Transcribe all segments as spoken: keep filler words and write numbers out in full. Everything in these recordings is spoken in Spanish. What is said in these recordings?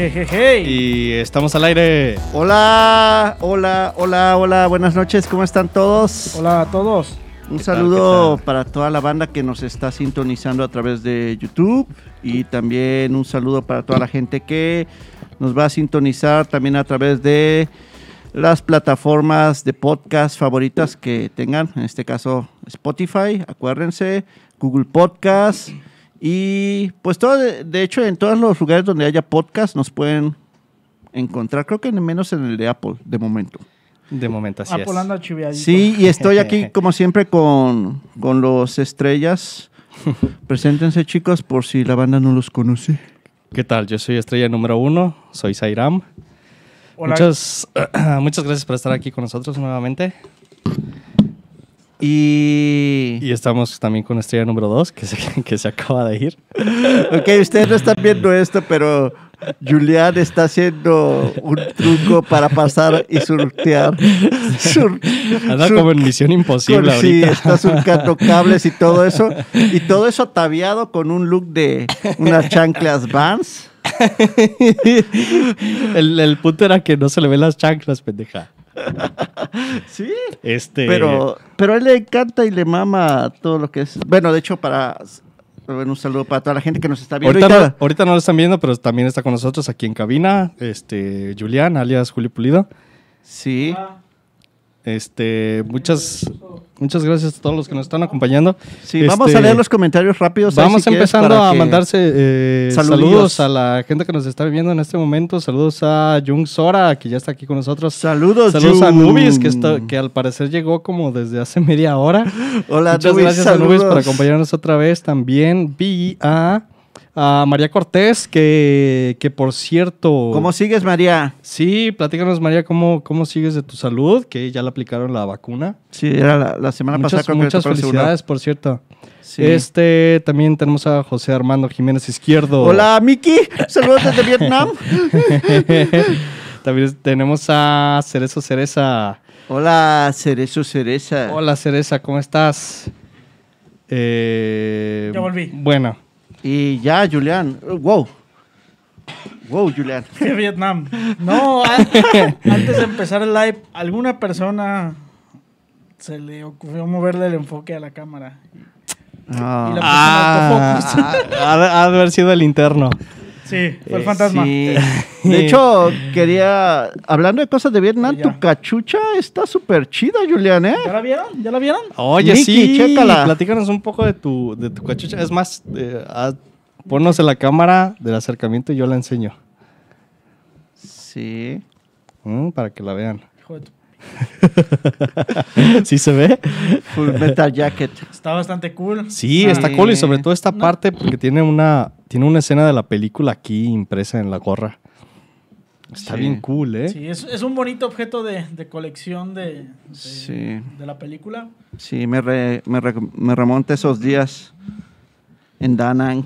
Hey, hey, hey. Y estamos al aire. Hola, hola, hola, hola, buenas noches, ¿cómo están todos? Hola a todos. Un saludo para toda la banda que nos está sintonizando a través de YouTube y también un saludo para toda la gente que nos va a sintonizar también a través de las plataformas de podcast favoritas que tengan, en este caso Spotify, acuérdense, Google Podcast y pues todo, de, de hecho en todos los lugares donde haya podcast nos pueden encontrar, creo que menos en el de Apple de momento. De momento, así Apple es. anda chiviadito. Sí, y estoy aquí como siempre con, con los estrellas. Preséntense, chicos, por si la banda no los conoce. ¿Qué tal? Yo soy estrella número uno, soy Sairam. Hola. Muchas, muchas gracias por estar aquí con nosotros nuevamente. Y... Y estamos también con estrella número dos, que se, que se acaba de ir. Ok, ustedes no están viendo esto, pero Julián está haciendo un truco para pasar y surtear. Sur, Anda sur, como en Misión Imposible con, sí, ahorita. está surcando cables y todo eso. Y todo eso ataviado con un look de unas chanclas Vans. el, el punto era que no se le ven las chanclas, pendeja. Sí, Este... pero, pero a él le encanta y le mama todo lo que es. Bueno, de hecho, para bueno, un saludo para toda la gente que nos está viendo. Ahorita, Ahorita, no, ahorita no lo están viendo, pero también está con nosotros aquí en cabina, este, Julián, alias Julio Pulido. sí, Este, muchas, muchas gracias a todos los que nos están acompañando. sí, vamos Este, a leer los comentarios rápidos. ahí, Vamos si quieres, empezando para a que- mandarse eh, Saludillos. saludos a la gente que nos está viendo en este momento. Saludos a Jung Sora, que ya está aquí con nosotros. Saludos, Saludos a Jun. Nubis, que, está, que al parecer llegó como desde hace media hora. Hola, Muchas Nubis, gracias a saludos. Nubis por acompañarnos otra vez. También vi a, a María Cortés, que, que por cierto... ¿Cómo sigues, María? Sí, platícanos, María, ¿cómo, cómo sigues de tu salud? Que ya le aplicaron la vacuna. Sí, era la, la semana Muchas, pasada. creo que le muchas tocó la segunda. felicidades, por cierto. Sí. Este, también tenemos a José Armando Jiménez Izquierdo. Hola, Miki. Saludos desde Vietnam. También tenemos a Cerezo Cereza. Hola, Cerezo Cereza. Hola, Cereza, ¿cómo estás? Eh, Ya volví. Bueno, Y ya, Julián. Wow. Wow, Julián. De Vietnam. No, a- antes de empezar el live, alguna persona se le ocurrió moverle el enfoque a la cámara. Ah. Y la- ah, ha, ha de haber sido el interno. Sí, fue el Eh, fantasma. Sí. De hecho, quería... Hablando de cosas de Vietnam, Ya. tu cachucha está súper chida, Julián, ¿eh? ¿Ya la vieron? ¿Ya la vieron? Oye, Miki, sí, chécala. platícanos un poco de tu, de tu cachucha. Es más, eh, haz- ponnos en la cámara del acercamiento y yo la enseño. Sí. Mm, para que la vean. Hijo de tu- ¿Sí se ve? Full Metal Jacket. Está bastante cool. Sí, Sí. está cool y sobre todo esta No. parte porque tiene una, tiene una escena de la película aquí impresa en la gorra. Está Sí. bien cool, ¿eh? Sí, es, es un bonito objeto de, de colección de, de, Sí. de la película. Sí, me, re- me, re- me remonta esos días en Da Nang.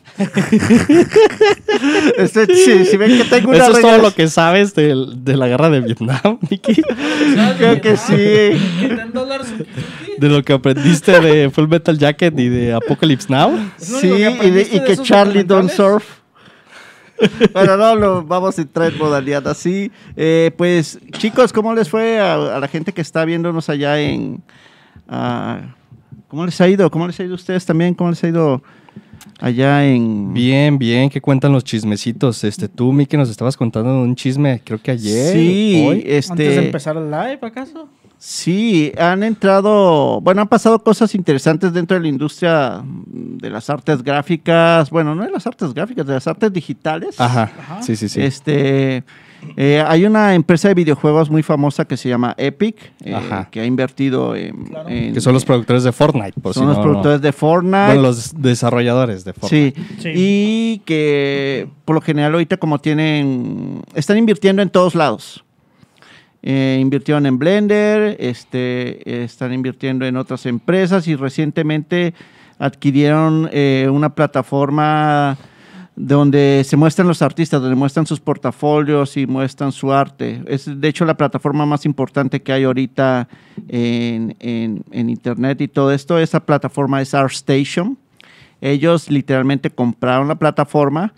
Este, sí, si ven que tengo una Eso es todo regla- lo que sabes del- de, la guerra de Vietnam, Miki. Creo que sí. Que ten dólares en Suzuki. De lo que aprendiste de Full Metal Jacket y de Apocalypse Now. Es lo Sí, único que y, de- aprendiste y de que esos Charlie don't documentales. surf. Bueno, no, lo, vamos a entrar en modalidad así. Eh, pues, chicos, ¿cómo les fue a, a la gente que está viéndonos allá en... ah, ¿Cómo les ha ido? ¿Cómo les ha ido a ustedes también? ¿Cómo les ha ido allá en... Bien, bien, ¿qué cuentan los chismecitos? Este, tú, Miki, nos estabas contando un chisme, creo que ayer. Sí, hoy. este... Antes de empezar el live, ¿acaso? Sí, han entrado, bueno, han pasado cosas interesantes dentro de la industria de las artes gráficas, bueno, no de las artes gráficas, de las artes digitales. Ajá, Ajá. sí, sí, sí. Este, eh, hay una empresa de videojuegos muy famosa que se llama Epic, eh, Ajá. que ha invertido en... Claro. en- Que son los productores de Fortnite, por son si los no- productores de Fortnite. Bueno, los desarrolladores de Fortnite. Sí. Sí. Y que por lo general ahorita como tienen, están invirtiendo en todos lados. Eh, invirtieron en Blender, este, eh, están invirtiendo en otras empresas y recientemente adquirieron eh, una plataforma donde se muestran los artistas, donde muestran sus portafolios y muestran su arte. Es de hecho la plataforma más importante que hay ahorita en, en, en internet y todo esto. Esa plataforma es ArtStation. Ellos literalmente compraron la plataforma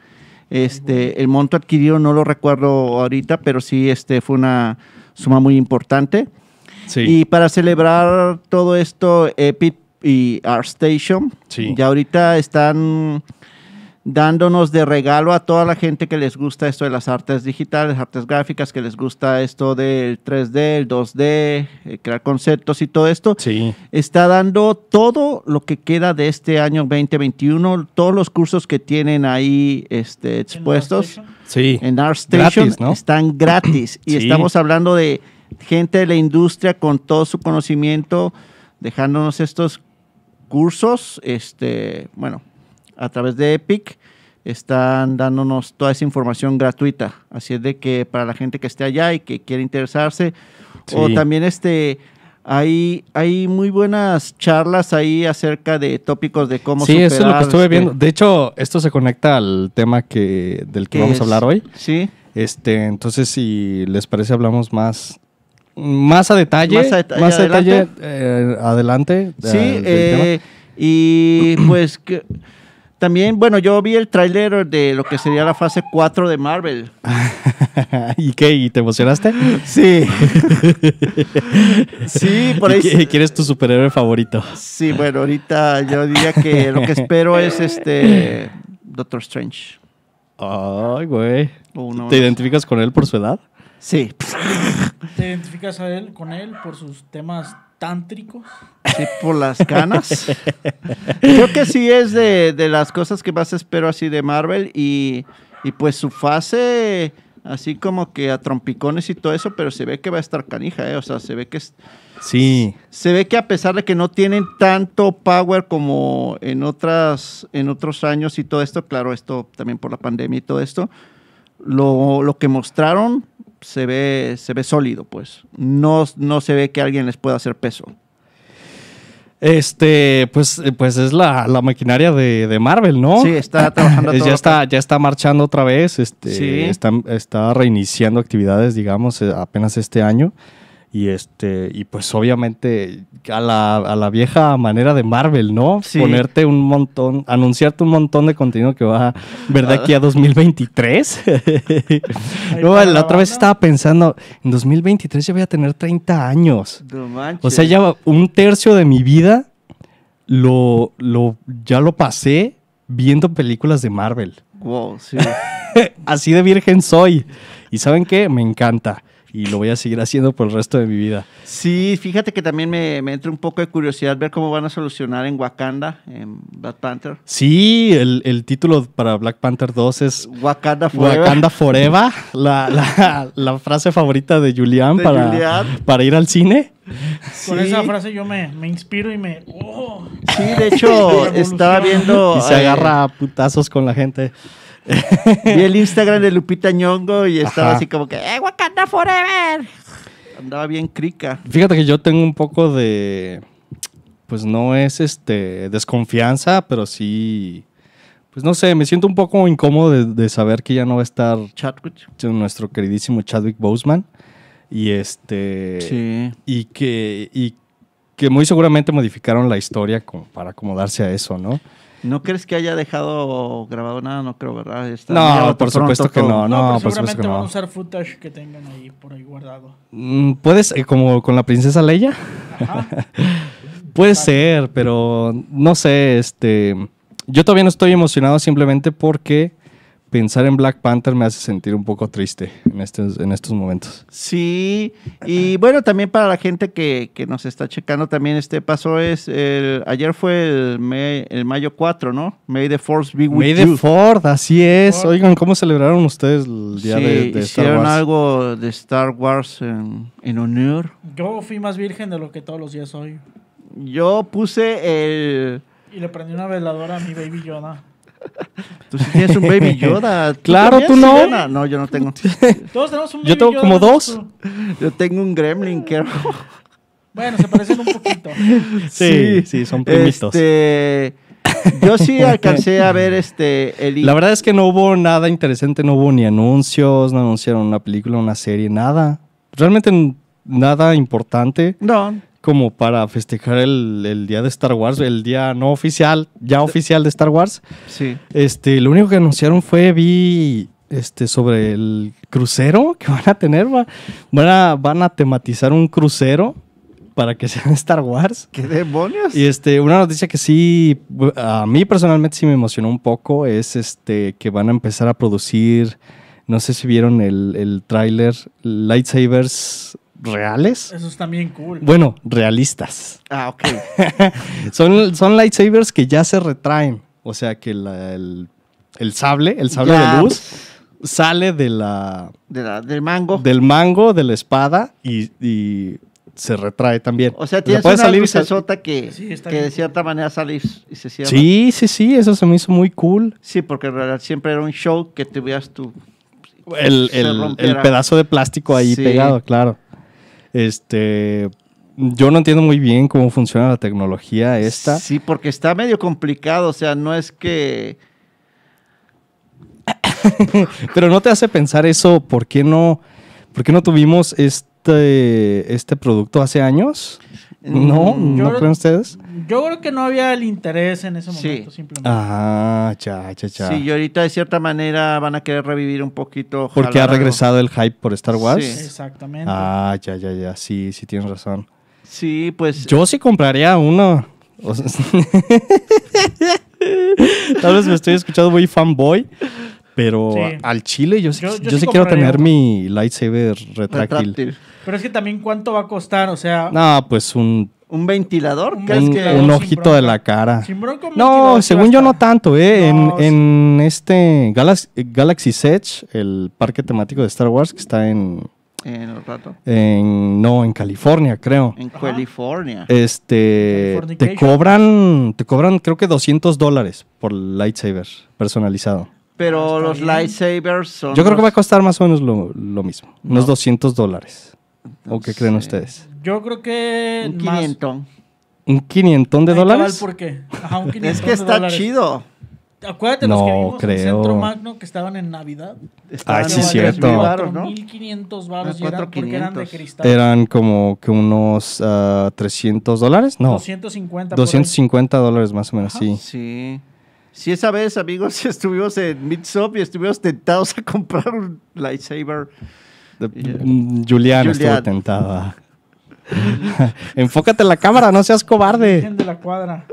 Este, el monto adquirido no lo recuerdo ahorita, pero sí este, fue una suma muy importante. Sí. Y para celebrar todo esto, Epic y ArtStation, Sí. ya ahorita están dándonos de regalo a toda la gente que les gusta esto de las artes digitales, artes gráficas, que les gusta esto del tres D, el dos D, eh, crear conceptos y todo esto. Sí. Está dando todo lo que queda de este año veinte veintiuno, todos los cursos que tienen ahí este, expuestos Sí. en ArtStation Gratis, ¿no? están gratis. Y Sí. estamos hablando de gente de la industria con todo su conocimiento, dejándonos estos cursos, este, bueno, a través de Epic, están dándonos toda esa información gratuita. Así es de que para la gente que esté allá y que quiere interesarse, Sí. o también este, hay, hay muy buenas charlas ahí acerca de tópicos de cómo Sí, superar. eso es lo que estuve este, viendo. De hecho, esto se conecta al tema que, del que ¿qué vamos es? a hablar hoy. Sí. Este, entonces, si les parece, hablamos más, más a detalle. Más a detalle, más a adelante. detalle, eh, adelante. Sí, eh, del eh, y pues que, también, bueno, yo vi el tráiler de lo que sería la fase cuatro de Marvel. tema. ¿Y qué? ¿Y te emocionaste? Sí. Sí, por ahí. ¿Y qué- ¿Quién es tu superhéroe favorito? Sí, bueno, ahorita yo diría que lo que espero es este Doctor Strange. Ay, güey. O uno- ¿Te identificas con él por su edad? Sí, ¿Te identificas a él, con él por sus temas tántricos? sí, por las canas. Creo que sí es de, de las cosas que más espero así de Marvel y, y pues su fase así como que a trompicones y todo eso, pero se ve que va a estar canija, ¿eh? O sea, se ve que es, Sí. se ve que a pesar de que no tienen tanto power como en otras en otros años y todo esto, claro, esto también por la pandemia y todo esto, lo, lo que mostraron se ve se ve sólido, pues. No, no se ve que alguien les pueda hacer peso. Este, pues, eh, pues es la, la maquinaria de, de Marvel, ¿no? Sí, está trabajando a Es- todo ya lo está, ya está marchando otra vez, este, Sí. está, está reiniciando actividades, digamos, eh, apenas este año. Y este, y pues obviamente a la, a la vieja manera de Marvel, ¿no? Sí. Ponerte un montón, anunciarte un montón de contenido que va a ver de aquí a dos mil veintitrés. No, para la la otra vez banda. estaba pensando, en dos mil veintitrés yo voy a tener treinta años. No manches. O sea, ya un tercio de mi vida lo, lo, ya lo pasé viendo películas de Marvel. Wow, sí. Así de virgen soy. ¿Y saben qué? Me encanta. Y lo voy a seguir haciendo por el resto de mi vida. Sí, fíjate que también me, me entra un poco de curiosidad ver cómo van a solucionar en Wakanda, en Black Panther. Sí, el, el título para Black Panther dos es Wakanda Forever. Wakanda Forever. La, la, la frase favorita de Julián De para, Julián. para ir al cine. Con Sí. esa frase yo me, me inspiro y me... ¡oh! Sí, de hecho, Revolución. estaba viendo... Y se eh, agarra a putazos con la gente. Vi el Instagram de Lupita Ñongo y estaba Ajá. así como que, ¡eh, Wakanda Forever! Andaba bien crica. Fíjate que yo tengo un poco de, pues no es este desconfianza, pero sí, pues no sé, me siento un poco incómodo de, de saber que ya no va a estar Chadwick. nuestro queridísimo Chadwick Boseman y este Sí. y que y que muy seguramente modificaron la historia como para acomodarse a eso, ¿no? ¿No crees que haya dejado grabado nada? No creo, ¿verdad? Está No, muy por autopronto supuesto que todo. no. No, pero por supuesto seguramente que no. van a usar footage que tengan ahí por ahí guardado. Mm, Puedes, eh, como con la princesa Leia. Ajá. Puede ser, pero no sé, este, yo todavía no estoy emocionado simplemente porque pensar en Black Panther me hace sentir un poco triste en estos, en estos momentos. Sí, y bueno, también para la gente que, que nos está checando, también este paso es, el, ayer fue el, May- el mayo cuatro, ¿no? May the Force be with May you. the Fourth, así es. Fourth. Oigan, ¿cómo celebraron ustedes el día Sí, de, de Star hicieron Wars? algo de Star Wars en, en honor. Yo fui más virgen de lo que todos los días soy. Yo puse el... Y le prendí una veladora a mi baby Yoda. Tú sí tienes un Baby Yoda. Claro, también, ¿tú no? Sirena? No, yo no tengo. Todos tenemos un baby Yo tengo Yoda, como ¿no? dos. Yo tengo un Gremlin, que Bueno, se parecen un poquito. Sí, sí, son primitos. Este, yo sí alcancé a ver este el La verdad es que no hubo nada interesante, no hubo ni anuncios, no anunciaron una película, una serie, nada. Realmente n- nada importante. No, como para festejar el, el día de Star Wars, el día no oficial, ya oficial de Star Wars. Sí. Este, lo único que anunciaron fue, vi este, sobre el crucero que van a tener. Va, van, a, van a tematizar un crucero para que sea de Star Wars. ¿Qué demonios? Y este, una noticia que sí, a mí personalmente sí me emocionó un poco, es este que van a empezar a producir, no sé si vieron el, el tráiler, lightsabers reales. Eso está bien cool. Bueno, realistas. Ah, ok. son, son lightsabers que ya se retraen. O sea que la- el, el sable, el sable Ya. de luz, sale de la, De la- del mango. del mango de la espada y, y se retrae también. O sea, tienes puede una salir y sal- lucesota que, Sí, está que bien de cool. cierta manera sale y, y se cierra. Sí, sí, sí, eso se me hizo muy cool. Sí, porque en realidad siempre era un show que tuvieras tu... El, Se el- rompiera. el pedazo de plástico ahí Sí. pegado, claro. Este, yo no entiendo muy bien cómo funciona la tecnología esta. Sí, porque está medio complicado. O sea, no es que... Pero no te hace pensar eso, ¿por qué no, por qué no tuvimos este, este producto hace años? No, Mm, yo ¿no creo- creen ustedes? Yo creo que no había el interés en ese Sí. momento, simplemente. Ah, ya, ya, ya. Sí, y ahorita de cierta manera van a querer revivir un poquito. Porque ha jalar algo. regresado el hype por Star Wars. Sí. Exactamente. Ah, ya, ya, ya. Sí, sí tienes razón. Sí, pues... Yo sí compraría uno. O sea, tal vez me estoy escuchando muy fanboy, pero Sí. al chile yo, sí- Yo- yo, yo sí sí quiero compraría tener uno. mi lightsaber retráctil. retráctil. Pero es que también cuánto va a costar, o sea, No, pues un, ¿Un ventilador? Un ¿Crees un, que- ventilador un sin ojito bronca. de la cara. sin bronca, un No, ventilador sí según va a yo no estar. tanto, ¿eh? No, en, en este Galaxy, Galaxy's Edge, el parque temático de Star Wars que está en, En el rato. en no, en California, creo. En Ajá. California. Este, te Californication. cobran, te cobran creo que doscientos dólares por lightsaber personalizado. Pero Ah, está los bien. lightsabers son... Yo creo que va a los- costar más o menos lo, lo mismo, unos No. doscientos dólares. ¿O qué creen sé. ustedes? Yo creo que Un más. quinientón. ¿Un quinientón de Ahí te va el dólares? porqué. Ajá, un Es quinientón que de está dólares. chido. Acuérdate los que No, vimos en creo. Centro Magno que estaban en Navidad. Estaban sí, en cierto. tres mil varos, ¿no? mil quinientos baros Ah, y eran, porque eran de cuatro mil quinientos. cristal. Eran como que unos ah, trescientos dólares, no, doscientos cincuenta. por ahí. doscientos cincuenta dólares más o menos, Ajá. sí. Sí. Sí, esa vez, amigos, estuvimos en Mid-Up y estuvimos tentados a comprar un lightsaber. De- Yeah. mm, Julián, estuvo Julián. tentada. Enfócate en la cámara, no seas cobarde. Virgen de la cuadra.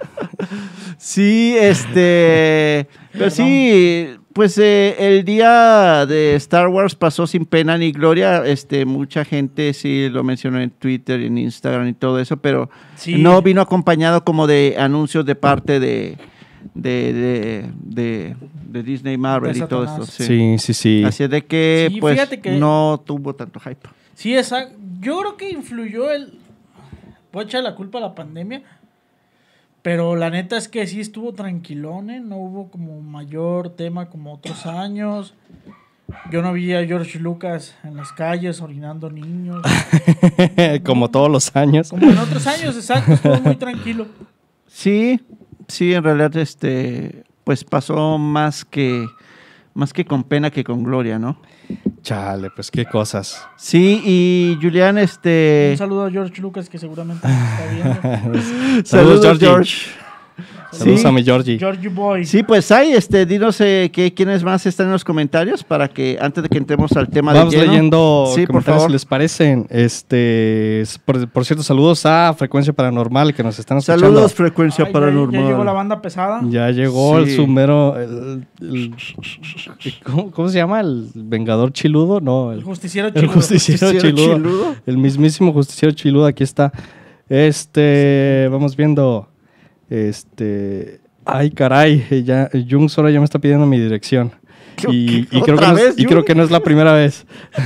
Sí, este... Pero sí, pues eh, el día de Star Wars pasó sin pena ni gloria. Este, mucha gente sí lo mencionó en Twitter y en Instagram y todo eso, pero Sí. no vino acompañado como de anuncios de parte de, de, de, de, de Disney, Marvel De y todo Satanás. eso. Sí. Sí, sí, sí. Así es de que, Sí, pues, fíjate que- no tuvo tanto hype. Sí, exacto. Yo creo que influyó el. Puedo echar la culpa a la pandemia. Pero la neta es que sí estuvo tranquilón, ¿eh? No hubo como mayor tema como otros años. Yo no vi a George Lucas en las calles orinando niños. Como todos los años. Como en otros años, exacto. Estuvo muy tranquilo. Sí, sí, en realidad, este, pues pasó más que, más que con pena que con gloria, ¿no? Chale, pues qué cosas. Sí, y Julián, este... Un saludo a George Lucas que seguramente nos está viendo. Saludos, Saludos, Georgie. George. Saludos Sí. a mi Georgie. George Boy. Sí, pues hay, este, dinos eh, qué, quiénes más están en los comentarios para que antes de que entremos al tema Vamos de lleno. leyendo Sí, por comentarios favor. si les parecen. Este, s- por, por cierto, saludos a Frecuencia Paranormal que nos están escuchando. Saludos, frecuencia Ay, ya- paranormal. Ya, llegó la banda pesada. Ya llegó el Sí. sumero. El, el- ¿cómo, cómo se llama? ¿El Vengador Chiludo? No, El el, justiciero el chiludo. Justiciero Justiciero Chiludo. Chiludo. El mismísimo Justiciero Chiludo. Aquí está. Este, vamos viendo. Este, ay, caray. Ya, Jung Sora ya me está pidiendo mi dirección. ¿Qué- Y, qué- y creo que otra no es, vez, y creo Jung? que no es la primera vez.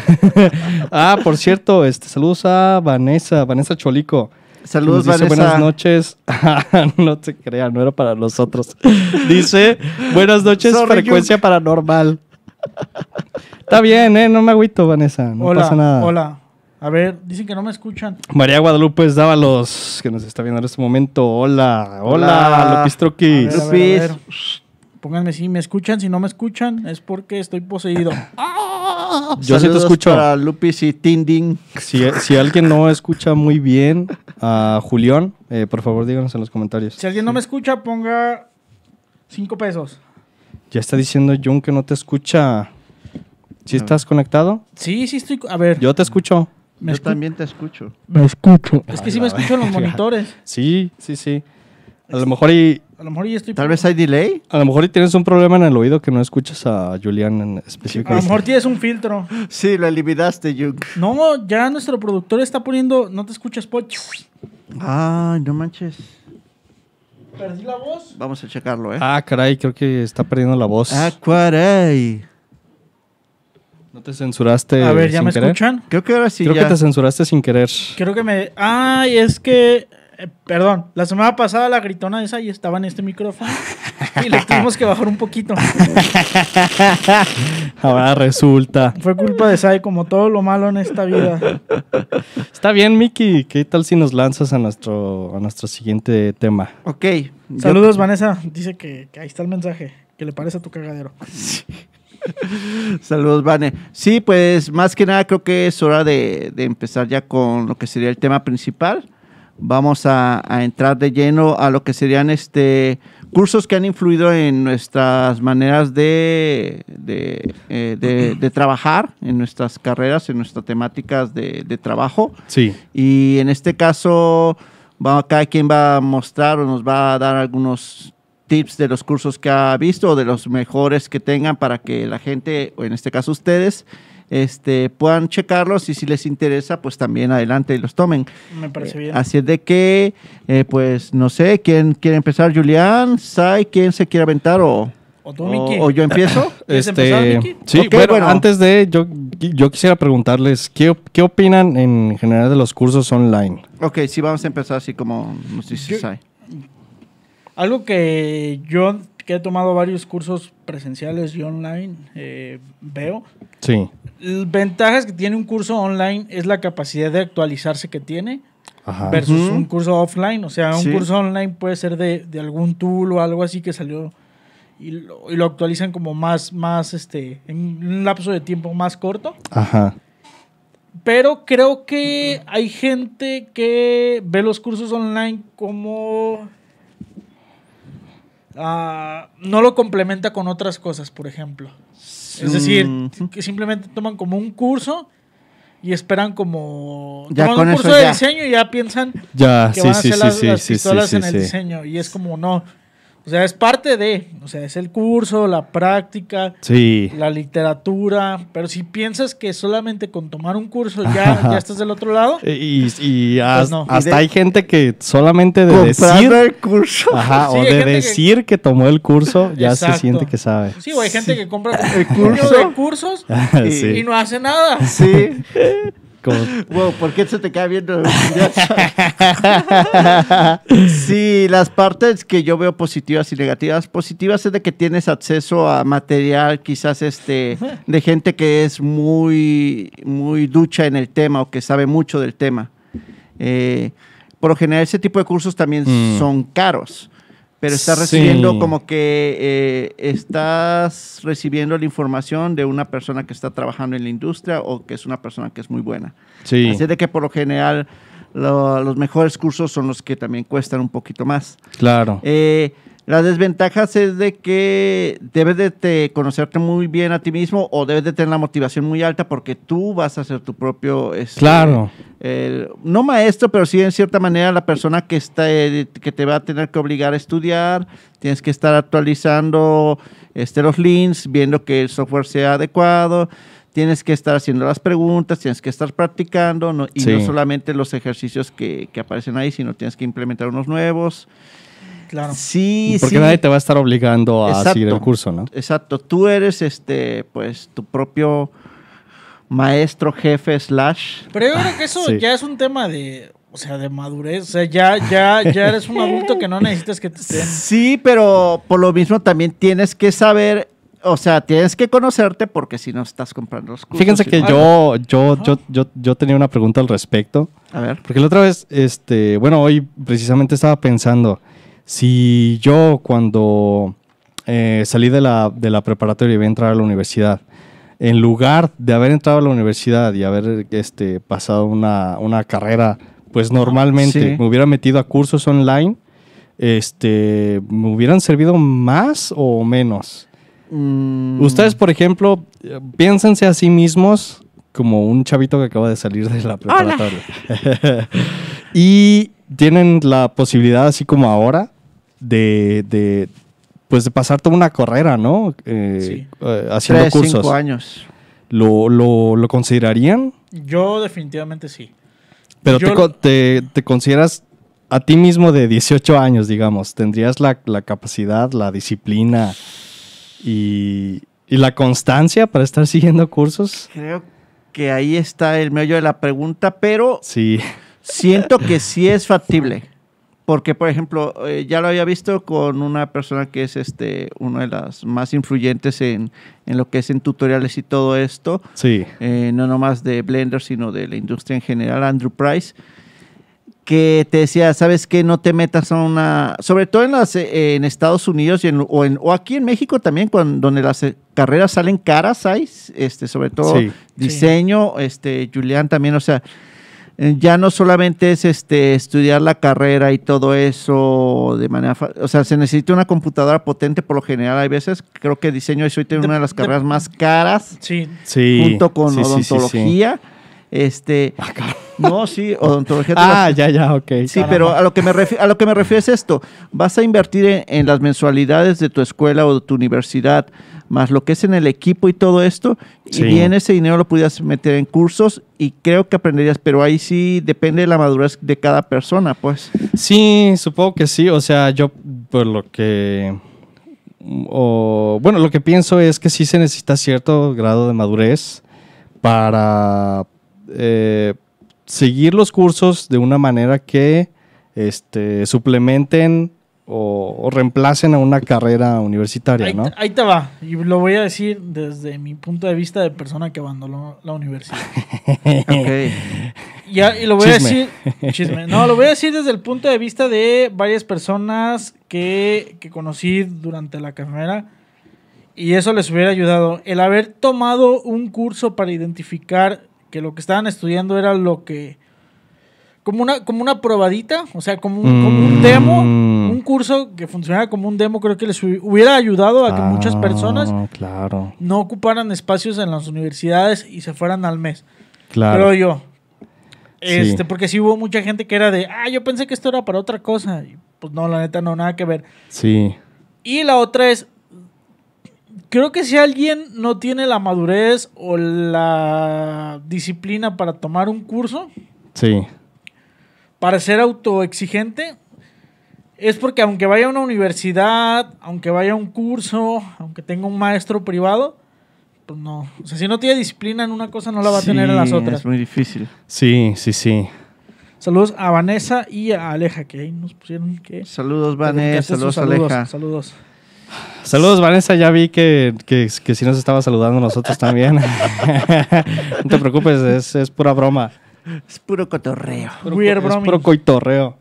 Ah, por cierto, este, saludos a Vanessa, Vanessa Cholico. Saludos, Nos dice, Vanessa. buenas noches. No te crean, no era para nosotros. Dice, buenas noches, Sorry, frecuencia paranormal. Está bien, ¿eh? No me agüito, Vanessa. No hola, pasa nada. hola. A ver, dicen que no me escuchan. María Guadalupe Dávalos, que nos está viendo en este momento. Hola, hola, Hola. Lupis A Troquis. ver, a ver, a Lupis. ver. Pónganme si me escuchan, si no me escuchan es porque estoy poseído. Ah, Yo sí te saludos escucho. para Lupis y Tinding. Si, si alguien no escucha muy bien a Julián, eh, por favor díganos en los comentarios. Si alguien no me escucha, ponga cinco pesos. Ya está diciendo Jun que no te escucha. ¿Sí estás conectado? Sí, sí estoy... A ver. Yo te escucho. me Yo escu- también te escucho. Me escucho. Es que sí me escucho en los monitores. Sí, sí, sí. A lo mejor y A lo mejor ya estoy... Tal vez hay delay. a lo mejor y tienes un problema en el oído que no escuchas a Julián en específico. A lo mejor tienes un filtro. Sí, lo eliminaste, Jung. No, ya nuestro productor está poniendo... No te escuchas, Poch. Ay, no manches. Perdí la voz. Vamos a checarlo, ¿eh? Ah, caray, creo que está perdiendo la voz. Ah, caray. ¿No te censuraste A ver, ¿ya sin me querer? escuchan? Creo que ahora sí Creo ya. que te censuraste sin querer. Creo que me... Ay, es que... eh, perdón, la semana pasada la gritona esa y estaba en este micrófono y le tuvimos que bajar un poquito. Ahora resulta. Fue culpa de Sai, como todo lo malo en esta vida. Está bien, Miki. ¿Qué tal si nos lanzas a nuestro, a nuestro siguiente tema? Ok. yo- Saludos, Vanessa. Dice que, que ahí está el mensaje. Que le parece a tu cagadero. Saludos, Vane. Sí, pues más que nada creo que es hora de, de empezar ya con lo que sería el tema principal. Vamos a, a entrar de lleno a lo que serían este cursos que han influido en nuestras maneras de, de, eh, de- de trabajar, en nuestras carreras, en nuestras temáticas de, de trabajo. Sí. Y en este caso, va, cada quien va a mostrar o nos va a dar algunos tips de los cursos que ha visto o de los mejores que tengan para que la gente, o en este caso ustedes, este, puedan checarlos y si les interesa, pues también adelante y los tomen. Me parece bien. Así es de que, eh, pues no sé, ¿quién quiere empezar? ¿Julián? ¿Sai? ¿Quién se quiere aventar? ¿O, ¿O tú, o, Miki? o yo empiezo? ¿Quieres empezar, Este, Miki? sí, Ok, bueno, bueno. antes de, yo, yo quisiera preguntarles, ¿qué, op- ¿qué opinan en general de los cursos online? Ok, sí, vamos a empezar así como nos dice Yo- Sai. Algo que yo, que he tomado varios cursos presenciales y online, eh, veo. Sí. L- Ventajas que tiene un curso online es la capacidad de actualizarse que tiene Ajá. versus Ujú. un curso offline. O sea, un Sí. curso online puede ser de, de algún tool o algo así que salió y lo, y lo actualizan como más, más, este, en un lapso de tiempo más corto. Ajá. Pero creo que hay gente que ve los cursos online como... ah, no lo complementa con otras cosas, por ejemplo. Es decir, Mm, que simplemente toman como un curso y esperan como... Ya toman con un eso curso de ya. diseño y ya piensan Ya, que sí, van a sí, hacer sí, las, sí, las sí, pistolas sí, en sí, el sí. diseño. Y es como no... O sea, es parte de... O sea, es el curso, la práctica... Sí. La literatura, pero si piensas que solamente con tomar un curso ya, ya estás del otro lado, Y, y as- Pues no. hasta Y de- hay gente que solamente de comprando decir, el curso. ajá, Sí, o hay de gente que- decir que... tomó el curso, ya Exacto. se siente que sabe. sí, o hay gente que compra El un curso. de cursos y Sí. no hace nada. Sí. Como- Wow, ¿por qué se te queda viendo? Sí, las partes que yo veo positivas y negativas. Positivas es de que tienes acceso a material quizás este de gente que es muy, muy ducha en el tema o que sabe mucho del tema. Eh, por lo general ese tipo de cursos también Mm. son caros. Pero estás Sí. recibiendo como que eh, estás recibiendo la información de una persona que está trabajando en la industria o que es una persona que es muy buena. sí, Así de que por lo general lo- los mejores cursos son los que también cuestan un poquito más. claro. Eh, las desventajas es de que debes de te- conocerte muy bien a ti mismo o debes de tener la motivación muy alta porque tú vas a ser tu propio... este, Claro. el- no maestro, pero sí en cierta manera la persona que, está, eh, que te va a tener que obligar a estudiar. Tienes que estar actualizando este, los links, viendo que el software sea adecuado. Tienes que estar haciendo las preguntas, tienes que estar practicando no- y Sí. no solamente los ejercicios que, que aparecen ahí, sino tienes que implementar unos nuevos. Claro. Sí, Porque sí. nadie te va a estar obligando a Exacto. seguir el curso, ¿no? Exacto, tú eres este, pues, tu propio maestro, jefe, slash. Pero yo creo que eso Sí. ya es un tema de, o sea, de madurez. O sea, ya, ya, ya eres un adulto que no necesitas que te estén. Sí, pero por lo mismo también tienes que saber, o sea, tienes que conocerte porque si no estás comprando los cursos. Fíjense y que no- yo, yo, yo, yo, yo tenía una pregunta al respecto. A ver. Porque la otra vez, este, bueno, hoy precisamente estaba pensando, si yo cuando eh, salí de la, de la preparatoria y iba a entrar a la universidad, en lugar de haber entrado a la universidad y haber este, pasado una, una carrera, pues normalmente Sí. me hubiera metido a cursos online, este, ¿me hubieran servido más o menos? Mm, Ustedes, por ejemplo, eh, piénsense a sí mismos como un chavito que acaba de salir de la preparatoria. Y tienen la posibilidad, así como ahora, de, de, pues de pasar toda una carrera, ¿no? Eh, Sí. eh, haciendo tres, cursos. cinco años. ¿Lo, lo, lo considerarían? Yo definitivamente sí. Pero Yo te, lo- co- te, te consideras a ti mismo de dieciocho años, digamos. ¿Tendrías la, la capacidad, la disciplina y, y la constancia para estar siguiendo cursos? Creo que ahí está el meollo de la pregunta, pero Sí. siento que sí es factible. Porque, por ejemplo, eh, ya lo había visto con una persona que es este una de las más influyentes en, en lo que es en tutoriales y todo esto. Sí. Eh, no nomás de Blender, sino de la industria en general, Andrew Price, que te decía, ¿sabes qué? No te metas a una... Sobre todo en, las, eh, en Estados Unidos y en- o, en- o aquí en México también, cuando, donde las eh, carreras salen caras, hay, este, sobre todo Sí. diseño, este, Julián también, o sea, eh, ya no solamente es este, estudiar la carrera y todo eso de manera... fa- O sea, se necesita una computadora potente por lo general. Hay veces, creo que diseño es hoy De- una de las de- carreras más caras Sí. Sí. junto con Sí, sí, sí, sí. odontología. Este, no, sí, odontología. te Ah, las- ya, ya, ok. Sí, Caramba. pero a lo que me refi- a lo que me refiero es esto. Vas a invertir en, en las mensualidades de tu escuela o de tu universidad, más lo que es en el equipo y todo esto, Sí. y bien ese dinero lo pudieras meter en cursos y creo que aprenderías, pero ahí sí depende de la madurez de cada persona, pues. Sí, supongo que sí. O sea, yo por lo que... O, bueno, lo que pienso es que sí se necesita cierto grado de madurez para eh, seguir los cursos de una manera que este, suplementen o, o reemplacen a una carrera universitaria, Ahí, ¿no? ahí te va. Y lo voy a decir desde mi punto de vista de persona que abandonó la universidad. Ok. Ya, y lo voy Chisme. a decir. Chisme. No, lo voy a decir desde el punto de vista de varias personas que, que conocí durante la carrera. Y eso les hubiera ayudado. El haber tomado un curso para identificar que lo que estaban estudiando era lo que. Como una, como una probadita, o sea, como un, como un Mm. demo. Un curso que funcionara como un demo, creo que les hu- hubiera ayudado a que muchas personas Ah, claro, no ocuparan espacios en las universidades y se fueran al mes. claro. Creo yo. Este, Sí. porque sí hubo mucha gente que era de, ah, yo pensé que esto era para otra cosa. Y pues no, la neta, no, nada que ver. Sí, Y la otra es, creo que si alguien no tiene la madurez o la disciplina para tomar un curso, sí. para ser autoexigente, es porque aunque vaya a una universidad, aunque vaya a un curso, aunque tenga un maestro privado, pues no. O sea, si no tiene disciplina en una cosa, no la va a tener en las Sí, otras. es muy difícil. Sí, sí, sí. Saludos a Vanessa y a Aleja, que ahí nos pusieron que... Saludos, que Vanessa, sus saludos, Aleja. Saludos. Saludos, Vanessa. Ya vi que, que, que sí nos estaba saludando nosotros también. No te preocupes, es, es pura broma. Es puro cotorreo. Puro, Weird es broming. puro coitorreo.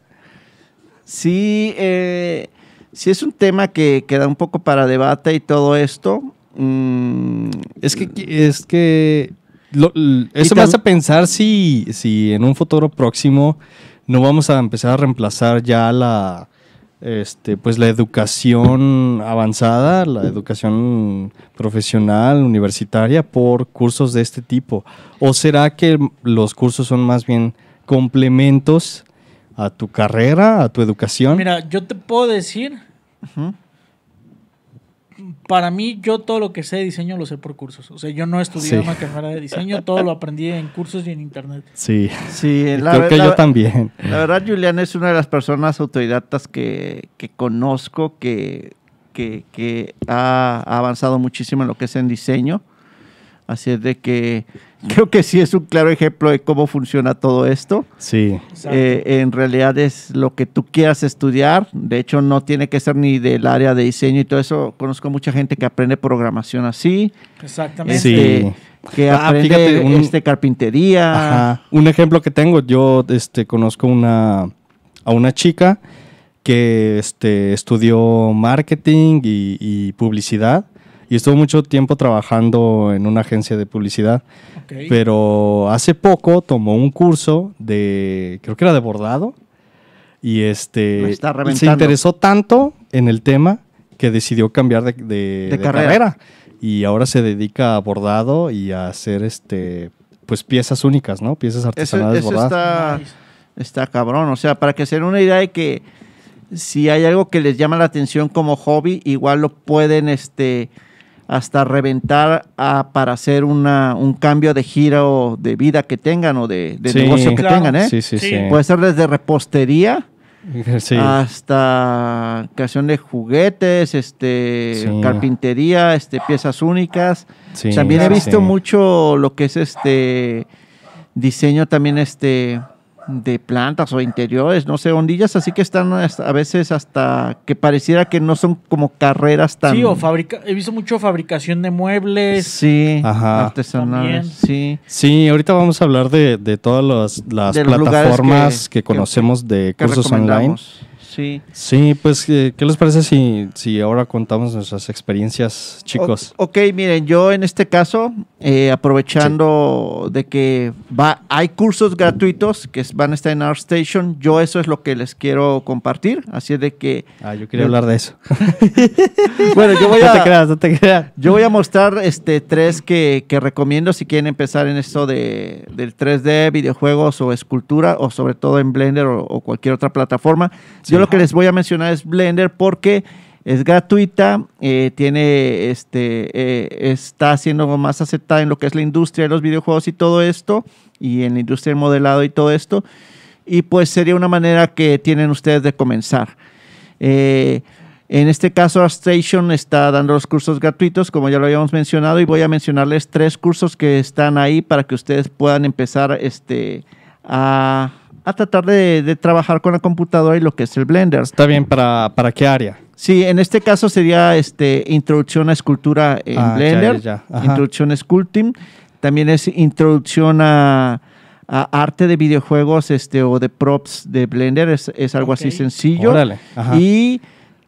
Sí, eh, sí es un tema que queda un poco para debate y todo esto. Mm, Es que, es que lo- l- Y eso me tam- hace pensar si, si en un futuro próximo no vamos a empezar a reemplazar ya la, este, pues la educación avanzada, la educación profesional, universitaria, por cursos de este tipo. ¿O será que los cursos son más bien complementos a tu carrera, a tu educación? Mira, yo te puedo decir, ujú. para mí, yo todo lo que sé de diseño lo sé por cursos. O sea, yo no estudié Sí. una carrera de diseño, todo lo aprendí en cursos y en internet. Sí, Sí, la, creo que la- yo también. la verdad, Julián es una de las personas autodidactas que, que conozco que, que, que ha, ha avanzado muchísimo en lo que es en diseño. Así es de que creo que sí es un claro ejemplo de cómo funciona todo esto. Sí, Exacto. Eh, en realidad es lo que tú quieras estudiar. De hecho, no tiene que ser ni del área de diseño y todo eso. Conozco mucha gente que aprende programación así, Exactamente. Sí. este, que Ah, aprende fíjate, un- este, carpintería. Ajá. Un ejemplo que tengo, yo este, conozco una, a una chica que este, estudió marketing y, y publicidad y estuvo mucho tiempo trabajando en una agencia de publicidad. Okay. Pero hace poco tomó un curso de, creo que era de bordado, y este está se reventando. interesó tanto en el tema que decidió cambiar de, de- De de carrera. carrera. Y ahora se dedica a bordado y a hacer este pues piezas únicas, ¿no? Piezas Eso, artesanales eso bordadas. está, Nice. está cabrón. O sea, para que se den una idea de que si hay algo que les llama la atención como hobby, igual lo pueden este, hasta reventar a- para hacer una, un cambio de giro de vida que tengan o de, de Sí. negocio que Claro. tengan, ¿eh? Sí, sí, Sí. sí. Puede ser desde repostería Sí. hasta creación de juguetes, este, Sí. carpintería, este, piezas únicas. Sí, También he sí, visto sí. mucho lo que es este diseño también este de plantas o interiores, no sé, ondillas, así que están hasta- a veces hasta que pareciera que no son como carreras tan... Sí, o fabrica, he visto mucho fabricación de muebles. Sí, Ajá. artesanales, sí. Sí, ahorita vamos a hablar de, de todas las, las De los plataformas lugares que, que- conocemos de que cursos online. recomendamos. Sí. Sí, pues, eh, ¿qué les parece si, si ahora contamos nuestras experiencias, chicos? O- ok, miren, yo en este caso, eh, aprovechando de que va, hay cursos gratuitos que es- van a estar en ArtStation, yo eso es lo que les quiero compartir, así es de que, Ah, yo quería hablar de eso. bueno, yo voy No te a, creas, no te creas. yo voy a mostrar este tres que, que recomiendo si quieren empezar en esto de, del tres D, videojuegos o escultura, o sobre todo en Blender o, o cualquier otra plataforma. Yo lo que les voy a mencionar es Blender porque es gratuita, eh, tiene, este, eh, está siendo más aceptada en lo que es la industria de los videojuegos y todo esto, y en la industria del modelado y todo esto, y pues sería una manera que tienen ustedes de comenzar. Eh, en este caso, ArtStation está dando los cursos gratuitos, como ya lo habíamos mencionado, y voy a mencionarles tres cursos que están ahí para que ustedes puedan empezar este, a, a tratar de, de trabajar con la computadora y lo que es el Blender. Está bien, ¿para, para qué área? Sí, en este caso sería este, introducción a escultura en Ah, ya, Blender, ya, ya. Ajá. introducción a sculpting, también es introducción a, a arte de videojuegos este, o de props de Blender, es, es algo Ok. así sencillo. Órale. Ajá. Y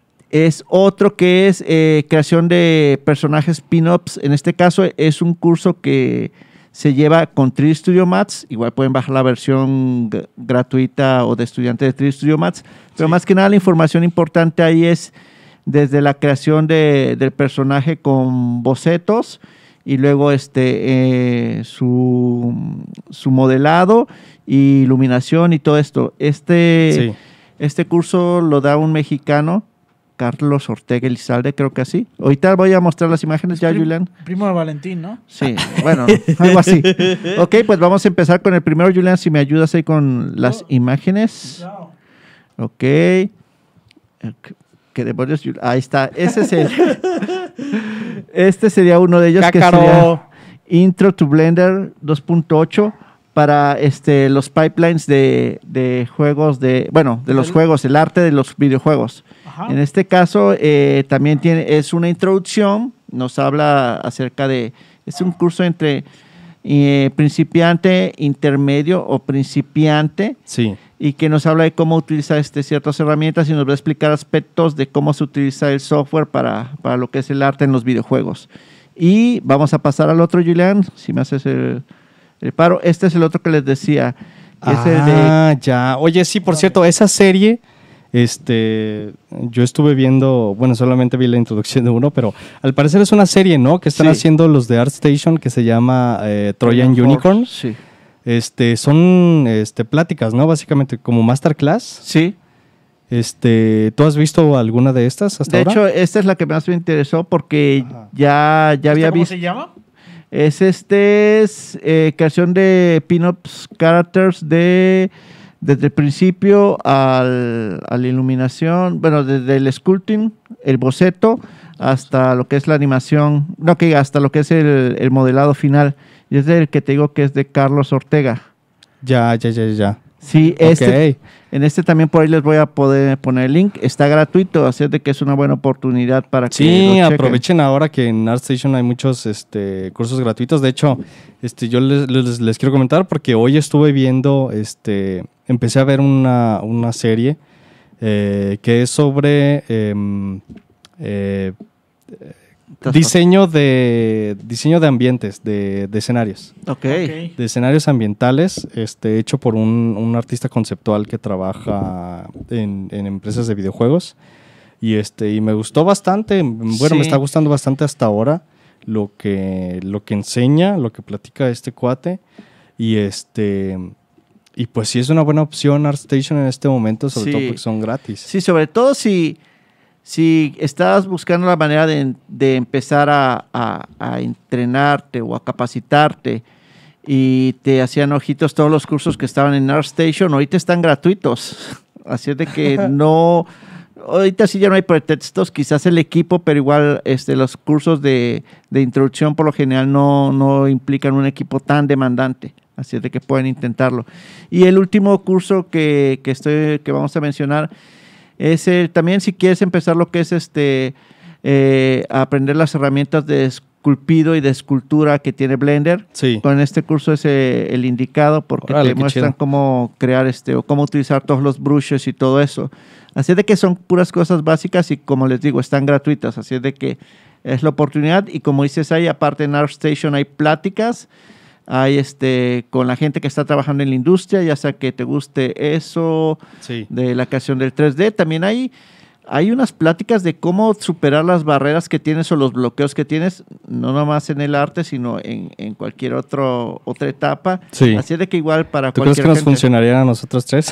es otro que es eh, creación de personajes pin-ups. En este caso es un curso que se lleva con tres D Studio Max. Igual pueden bajar la versión g- gratuita o de estudiante de tres D Studio Max. Pero Sí. más que nada la información importante ahí es desde la creación de- del personaje con bocetos y luego este eh, su, su modelado y iluminación y todo esto. Este, Sí. este curso lo da un mexicano, Carlos Ortega Elizalde, creo que así. Ahorita voy a mostrar las imágenes ya, Prim- Julián. Primo de Valentín, ¿no? Sí, bueno, algo así. Ok, pues vamos a empezar con el primero, Julián, si me ayudas ahí con las Oh. imágenes. Claro. Ok. Eh, ¿Qué demonios? Jul- Ahí está, ese es el... este sería uno de ellos que Cácaro. sería Intro to Blender dos punto ocho para este, los pipelines de, de juegos de... Bueno, de los El- juegos, el arte de los videojuegos. Ajá. En este caso, eh, también tiene, es una introducción, nos habla acerca de, es un curso entre eh, principiante, intermedio o principiante, Sí. y que nos habla de cómo utilizar este, ciertas herramientas y nos va a explicar aspectos de cómo se utiliza el software para, para lo que es el arte en los videojuegos. Y vamos a pasar al otro, Julián, si me haces el, el paro. Este es el otro que les decía, que es el de... Ah, ya. Oye, sí, por cierto, esa serie, este, yo estuve viendo, bueno, solamente vi la introducción de uno, pero al parecer es una serie, ¿no? Que están Sí. haciendo los de ArtStation que se llama eh, Trojan Force, Unicorn. Sí. Este, son, este, pláticas, ¿no? Básicamente como masterclass. Sí. Este, ¿tú has visto alguna de estas hasta De ahora? hecho, esta es la que más me interesó porque Ajá. ya, ya había ¿Cómo visto. se llama? Es este, es eh, creación de pin-ups characters de desde el principio al, a la iluminación, bueno, desde el sculpting, el boceto, hasta lo que es la animación, no, que hasta lo que es el, el modelado final. Y es del que te digo que es de Carlos Ortega. Ya, ya, ya, ya. Sí, este, Ok. en este también por ahí les voy a poder poner el link. Está gratuito, así es de que es una buena oportunidad para que Sí, lo chequen. aprovechen ahora que en ArtStation hay muchos este, cursos gratuitos. De hecho, este, yo les, les- les quiero comentar porque hoy estuve viendo, este, empecé a ver una, una serie eh, que es sobre, em, eh, Diseño de diseño de ambientes, de, de escenarios. Ok. Ok. De escenarios ambientales, este, hecho por un, un artista conceptual que trabaja en, en empresas de videojuegos. Y este, y me gustó bastante, bueno, Sí. me está gustando bastante hasta ahora lo que, lo que enseña, lo que platica este cuate. Y este, y pues sí es una buena opción ArtStation en este momento, sobre Sí. todo porque son gratis. Sí, sobre todo si, si estás buscando la manera de, de empezar a, a- a entrenarte o a capacitarte y te hacían ojitos todos los cursos que estaban en ArtStation, ahorita están gratuitos. Así es de que no... Ahorita sí ya no hay pretextos, quizás el equipo, pero igual este, los cursos de, de introducción por lo general no, no implican un equipo tan demandante. Así es de que pueden intentarlo. Y el último curso que, que, estoy, que vamos a mencionar es el, también si quieres empezar lo que es este eh, aprender las herramientas de esculpido y de escultura que tiene Blender. Sí. Con este curso es eh, el indicado porque Órale, te qué muestran chido. cómo crear este o cómo utilizar todos los brushes y todo eso. Así de que son puras cosas básicas y como les digo, están gratuitas. Así de que es la oportunidad y como dices ahí, aparte en ArtStation hay pláticas, hay este con la gente que está trabajando en la industria, ya sea que te guste eso, Sí. de la creación del tres D. También hay, hay unas pláticas de cómo superar las barreras que tienes o los bloqueos que tienes, no nomás en el arte, sino en, en cualquier otro, otra etapa. Sí. Así de que igual para ¿Tú crees cualquier que nos gente. funcionarían a nosotros tres?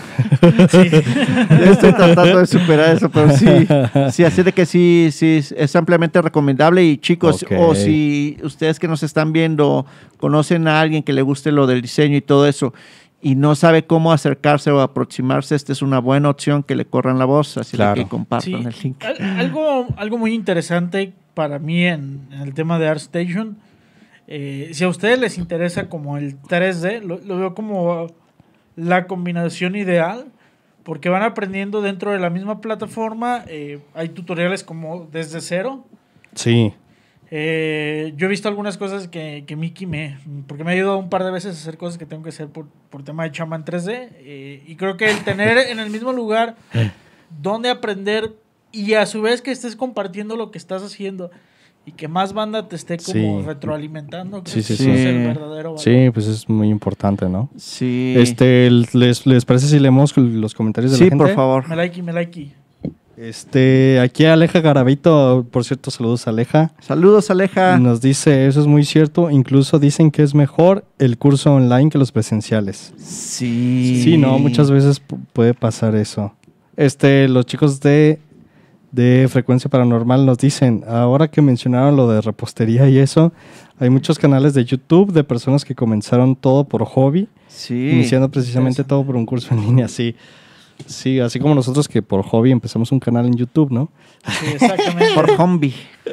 Yo estoy tratando de superar eso, pero sí, sí, así de que sí, sí, es ampliamente recomendable. Y chicos, Ok. o si ustedes que nos están viendo conocen a alguien que le guste lo del diseño y todo eso, y no sabe cómo acercarse o aproximarse, esta es una buena opción que le corran la voz, así Claro. de que compartan Sí, el link. al- algo, algo muy interesante para mí en, en el tema de ArtStation, eh, si a ustedes les interesa como el tres D, lo, lo veo como la combinación ideal, porque van aprendiendo dentro de la misma plataforma, eh, hay tutoriales como desde cero. Sí. Eh, yo he visto algunas cosas que, que Miki me... Porque me ha ayudado un par de veces a hacer cosas que tengo que hacer por, por tema de chamba en tres D. eh, y creo que el tener en el mismo lugar donde aprender y a su vez que estés compartiendo lo que estás haciendo y que más banda te esté como Sí. retroalimentando, creo Sí, que sí, eso sí. es el verdadero valor. Sí, pues es muy importante, ¿no? Sí, Este, ¿les, ¿les parece si leemos los comentarios de sí, la gente? por favor. Me like, me like. Este, aquí Aleja Garavito, por cierto, saludos a Aleja. Saludos, Aleja. Nos dice, eso es muy cierto, incluso dicen que es mejor el curso online que los presenciales. Sí. Sí, no, muchas veces pu- puede pasar eso. Este, los chicos de, de Frecuencia Paranormal nos dicen, ahora que mencionaron lo de repostería y eso, hay muchos canales de YouTube de personas que comenzaron todo por hobby, Sí. iniciando precisamente todo por un curso en línea, sí. Sí, así como nosotros que por hobby empezamos un canal en YouTube, ¿no? Sí, exactamente. Por Hombi.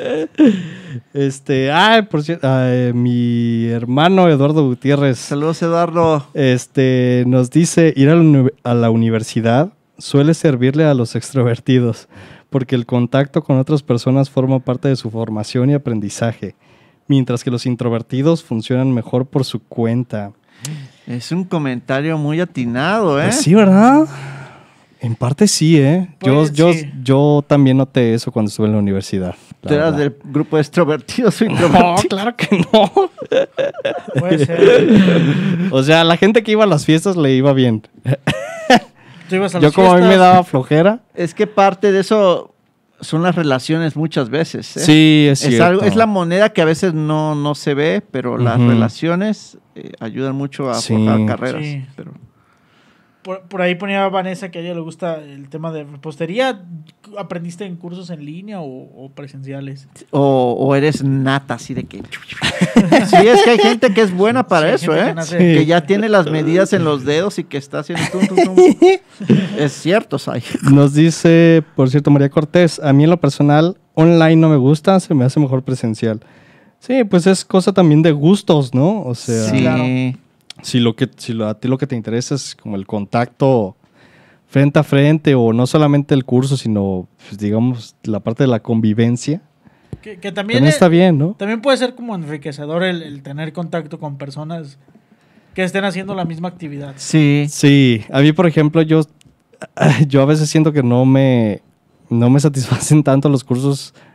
Este, ay, por cierto, ay, mi hermano Eduardo Gutiérrez. Saludos, Eduardo. Este, nos dice, ir a la, uni- a la universidad suele servirle a los extrovertidos, porque el contacto con otras personas forma parte de su formación y aprendizaje, mientras que los introvertidos funcionan mejor por su cuenta. Es un comentario muy atinado, ¿eh? Pues sí, ¿verdad? En parte sí, ¿eh? Yo, Pues, yo, sí. yo también noté eso cuando estuve en la universidad. la ¿Tú eras verdad. del grupo de extrovertidos o No, introvertidos? claro que no. Puede ser. O sea, la gente que iba a las fiestas le iba bien. Tú ibas a Yo las como a mí me fiestas, daba flojera. Es que parte de eso son las relaciones muchas veces. ¿eh? Sí, es es, cierto. algo, es la moneda que a veces no, no se ve, pero las Ujú. relaciones eh, ayudan mucho a Sí. forjar carreras. Sí. Pero, Por, por ahí ponía Vanessa que a ella le gusta el tema de repostería. ¿Aprendiste en cursos en línea o, o presenciales? o, o eres nata, así de que... sí, es que hay gente que es buena para Sí, hay eso, gente ¿eh? que nace- Que ya tiene las medidas en los dedos y que está haciendo... tum, tum, tum. Es cierto, Sai. Nos dice, por cierto, María Cortés, a mí en lo personal, online no me gusta, se me hace mejor presencial. Sí, pues es cosa también de gustos, ¿no? O sea, Sí. claro. si, lo que, si lo- a ti lo que te interesa es como el contacto frente a frente o no solamente el curso, sino, pues, digamos, la parte de la convivencia, Que, que también, también es- está bien, ¿no? también puede ser como enriquecedor el, el tener contacto con personas que estén haciendo la misma actividad. Sí. Sí, a mí, por ejemplo, yo, yo a veces siento que no me, no me satisfacen tanto los cursos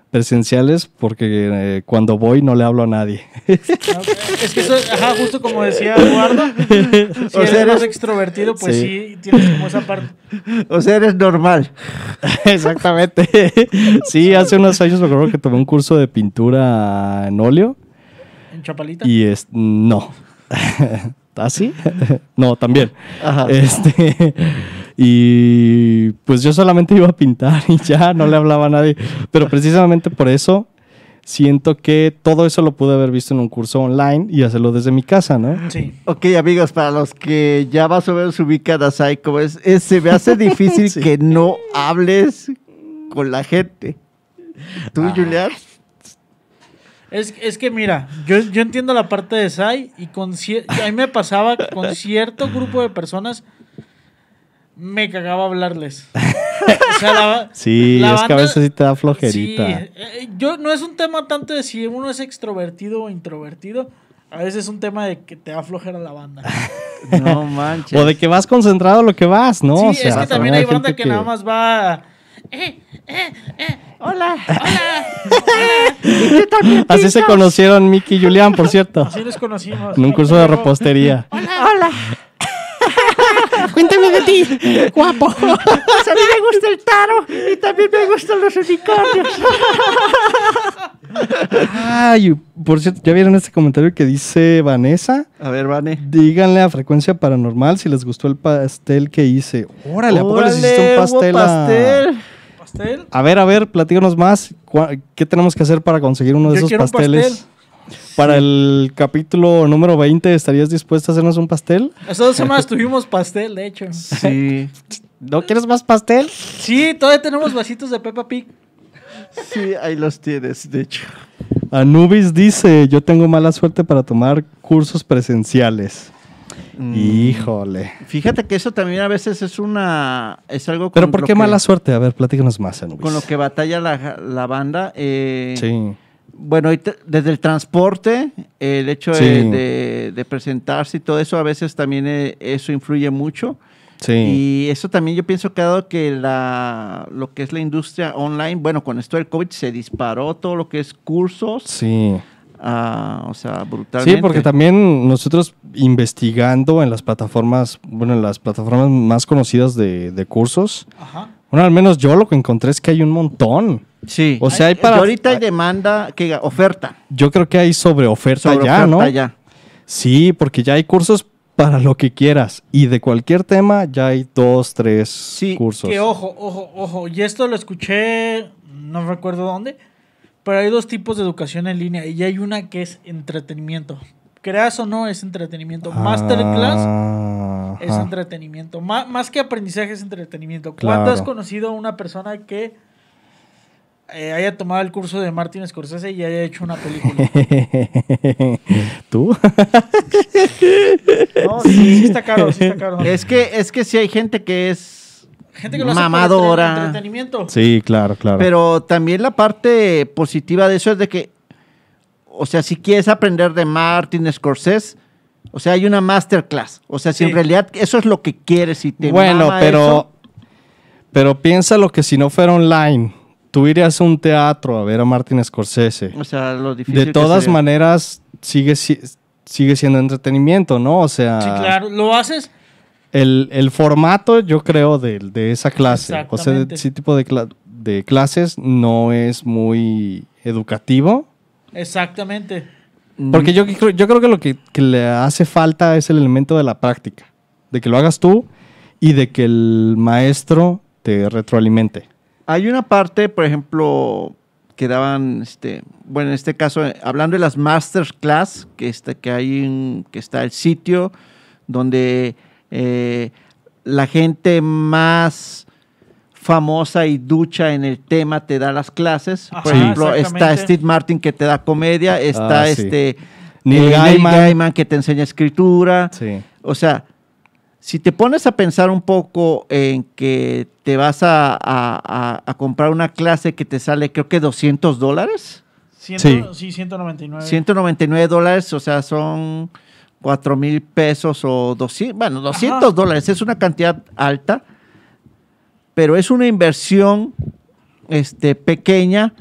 presenciales porque eh, cuando voy no le hablo a nadie. Okay. Es que eso, ajá, justo como decía Eduardo, si O eres sea, más eres- extrovertido, pues sí. Sí. tienes como esa parte. O sea, eres normal. Exactamente. Sí, hace unos años me acuerdo que tomé un curso de pintura en óleo En Chapalita. y es no. ¿Así? No, también. Ajá. Este y pues yo solamente iba a pintar y ya no le hablaba a nadie, pero precisamente por eso siento que todo eso lo pude haber visto en un curso online y hacerlo desde mi casa, ¿no? Sí. Ok, amigos, para los que ya más o menos ubican a Psycho, es, es- se me hace difícil Sí. que no hables con la gente. ¿Tú, Ah. Julián? Es, es que mira, yo, yo entiendo la parte de Sai y con cier- a mí me pasaba que con cierto grupo de personas me cagaba hablarles. O sea, la, Sí, la es que a banda- veces sí te da Sí, flojerita. eh, yo no es un tema tanto de si uno es extrovertido o introvertido, a veces es un tema de que te da flojera la banda. No manches. O de que vas concentrado a lo que vas, ¿no? sí, O sea, es que también hay banda gente que, nada más va. Eh, eh, eh, hola, hola, hola. Así se conocieron Micky y Julián, por cierto. Así los conocimos. En un curso de repostería. Hola. Cuéntame de ti, guapo. Pues a mí me gusta el taro y también me gustan los unicornios. Ay, por cierto, ¿ya vieron este comentario que dice Vanessa? A ver, Vane. Díganle a Frecuencia Paranormal si les gustó el pastel que hice. Órale, ¿a poco les hiciste un Órale, hubo pastel? a- pastel. ¿Pastel? A ver, a ver, platícanos más. ¿Cuá- ¿Qué tenemos que hacer para conseguir uno de Yo esos quiero un pasteles? pastel. Para el capítulo número veinte, ¿estarías dispuesto a hacernos un pastel? Hace dos semanas tuvimos pastel, de hecho. Sí, ¿No quieres más pastel? Sí, todavía tenemos vasitos de Peppa Pig. sí, ahí los tienes, de hecho. Anubis dice, yo tengo mala suerte para tomar cursos presenciales. Mm. Híjole. Fíjate que eso también a veces es una... Es algo con ¿Pero por lo qué que- mala suerte? A ver, platícanos más, Anubis. Con lo que batalla la, la banda. eh, Sí. Bueno, ahorita- desde el transporte, el hecho de, Sí. de- de presentarse y todo eso, a veces también eh, eso influye mucho. Sí. Y eso también yo pienso que ha dado que la, lo que es la industria online, bueno, con esto del COVID se disparó todo lo que es cursos, Sí. ah, o sea, brutalmente. Sí, porque también nosotros investigando en las plataformas, bueno, en las plataformas más conocidas de, de cursos, Ajá. bueno, al menos yo lo que encontré es que hay un montón. Sí. O sea, hay Ay, para- ahorita hay demanda, que oferta. Yo creo que hay sobre oferta Sobre ya, oferta ¿no? ya. Sí, porque ya hay cursos para lo que quieras. Y de cualquier tema ya hay dos, tres Sí, cursos. Que ojo, ojo, ojo. Y esto lo escuché, no recuerdo dónde, pero hay dos tipos de educación en línea y hay una que es entretenimiento. Creas o no, es entretenimiento. Masterclass Ah, es ajá. entretenimiento. Má- más que aprendizaje es entretenimiento. Claro. ¿Cuándo has conocido a una persona que eh, haya tomado el curso de Martin Scorsese y haya hecho una película? ¿Tú? No, sí, sí está caro, sí está caro. Es que, es que sí hay gente que es Gente que lo hace por mamadora. entre- entretenimiento. Sí, claro, claro. Pero también la parte positiva de eso es de que, o sea, si quieres aprender de Martin Scorsese, o sea, hay una masterclass. O sea, si Sí. en realidad eso es lo que quieres y te Bueno, mama pero, eso, pero piénsalo que si no fuera online, tú irías a un teatro a ver a Martin Scorsese. o sea, lo difícil De que todas sería. maneras, sigue, si- sigue siendo entretenimiento, ¿no? O sea, Sí, claro. Lo haces. el, el formato, yo creo, de, de esa clase, o sea, de Exactamente. ese tipo de, cla- de clases no es muy educativo. Exactamente. Mm, Porque yo, creo- yo creo que lo que, que le hace falta es el elemento de la práctica, de que lo hagas tú y de que el maestro te retroalimente. Hay una parte, por ejemplo, que daban, este, bueno, en este caso, eh, hablando de las masterclass, que está, que hay un- que está el sitio donde eh, la gente más famosa y ducha en el tema te da las clases. Por Ajá, ejemplo, está exactamente. Steve Martin que te da comedia, está Ah, sí. este Neil eh, Gaiman. Gaiman que te enseña escritura. Sí. O sea, si te pones a pensar un poco en que te vas a, a- a- a comprar una clase que te sale, creo que doscientos dólares, Ciento, sí. ciento noventa y nueve. ciento noventa y nueve dólares, o sea, son cuatro mil pesos o doscientos, bueno, doscientos dólares, es una cantidad alta, pero es una inversión este, pequeña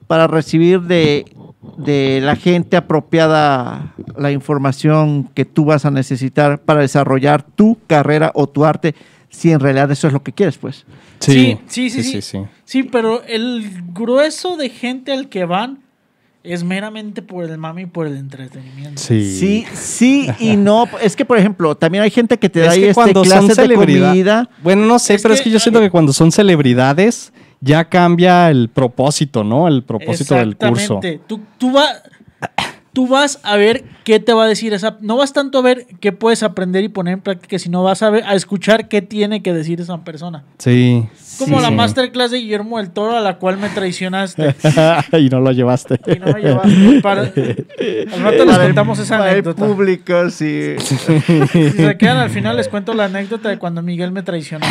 para recibir de, de la gente apropiada la información que tú vas a necesitar para desarrollar tu carrera o tu arte, si en realidad eso es lo que quieres, pues. Sí, sí, sí, sí. Sí, sí, sí. Sí, pero el grueso de gente al que van es meramente por el mame y por el entretenimiento. Sí, sí, sí y no. Es que, por ejemplo, también hay gente que te es da ahí que este, clases de comida. Bueno, no sé, es pero que, es que yo siento que cuando son celebridades ya cambia el propósito, ¿no? El propósito del curso. Tú, tú, va, tú vas a ver qué te va a decir esa... No vas tanto a ver qué puedes aprender y poner en práctica, sino vas a, ver, a escuchar qué tiene que decir esa persona. Sí. Como sí. la masterclass de Guillermo del Toro, a la cual me traicionaste. Y no lo llevaste. Y no me llevaste. Para, al rato les contamos esa para anécdota. El público, sí. Si se quedan al final, les cuento la anécdota de cuando Miguel me traicionó.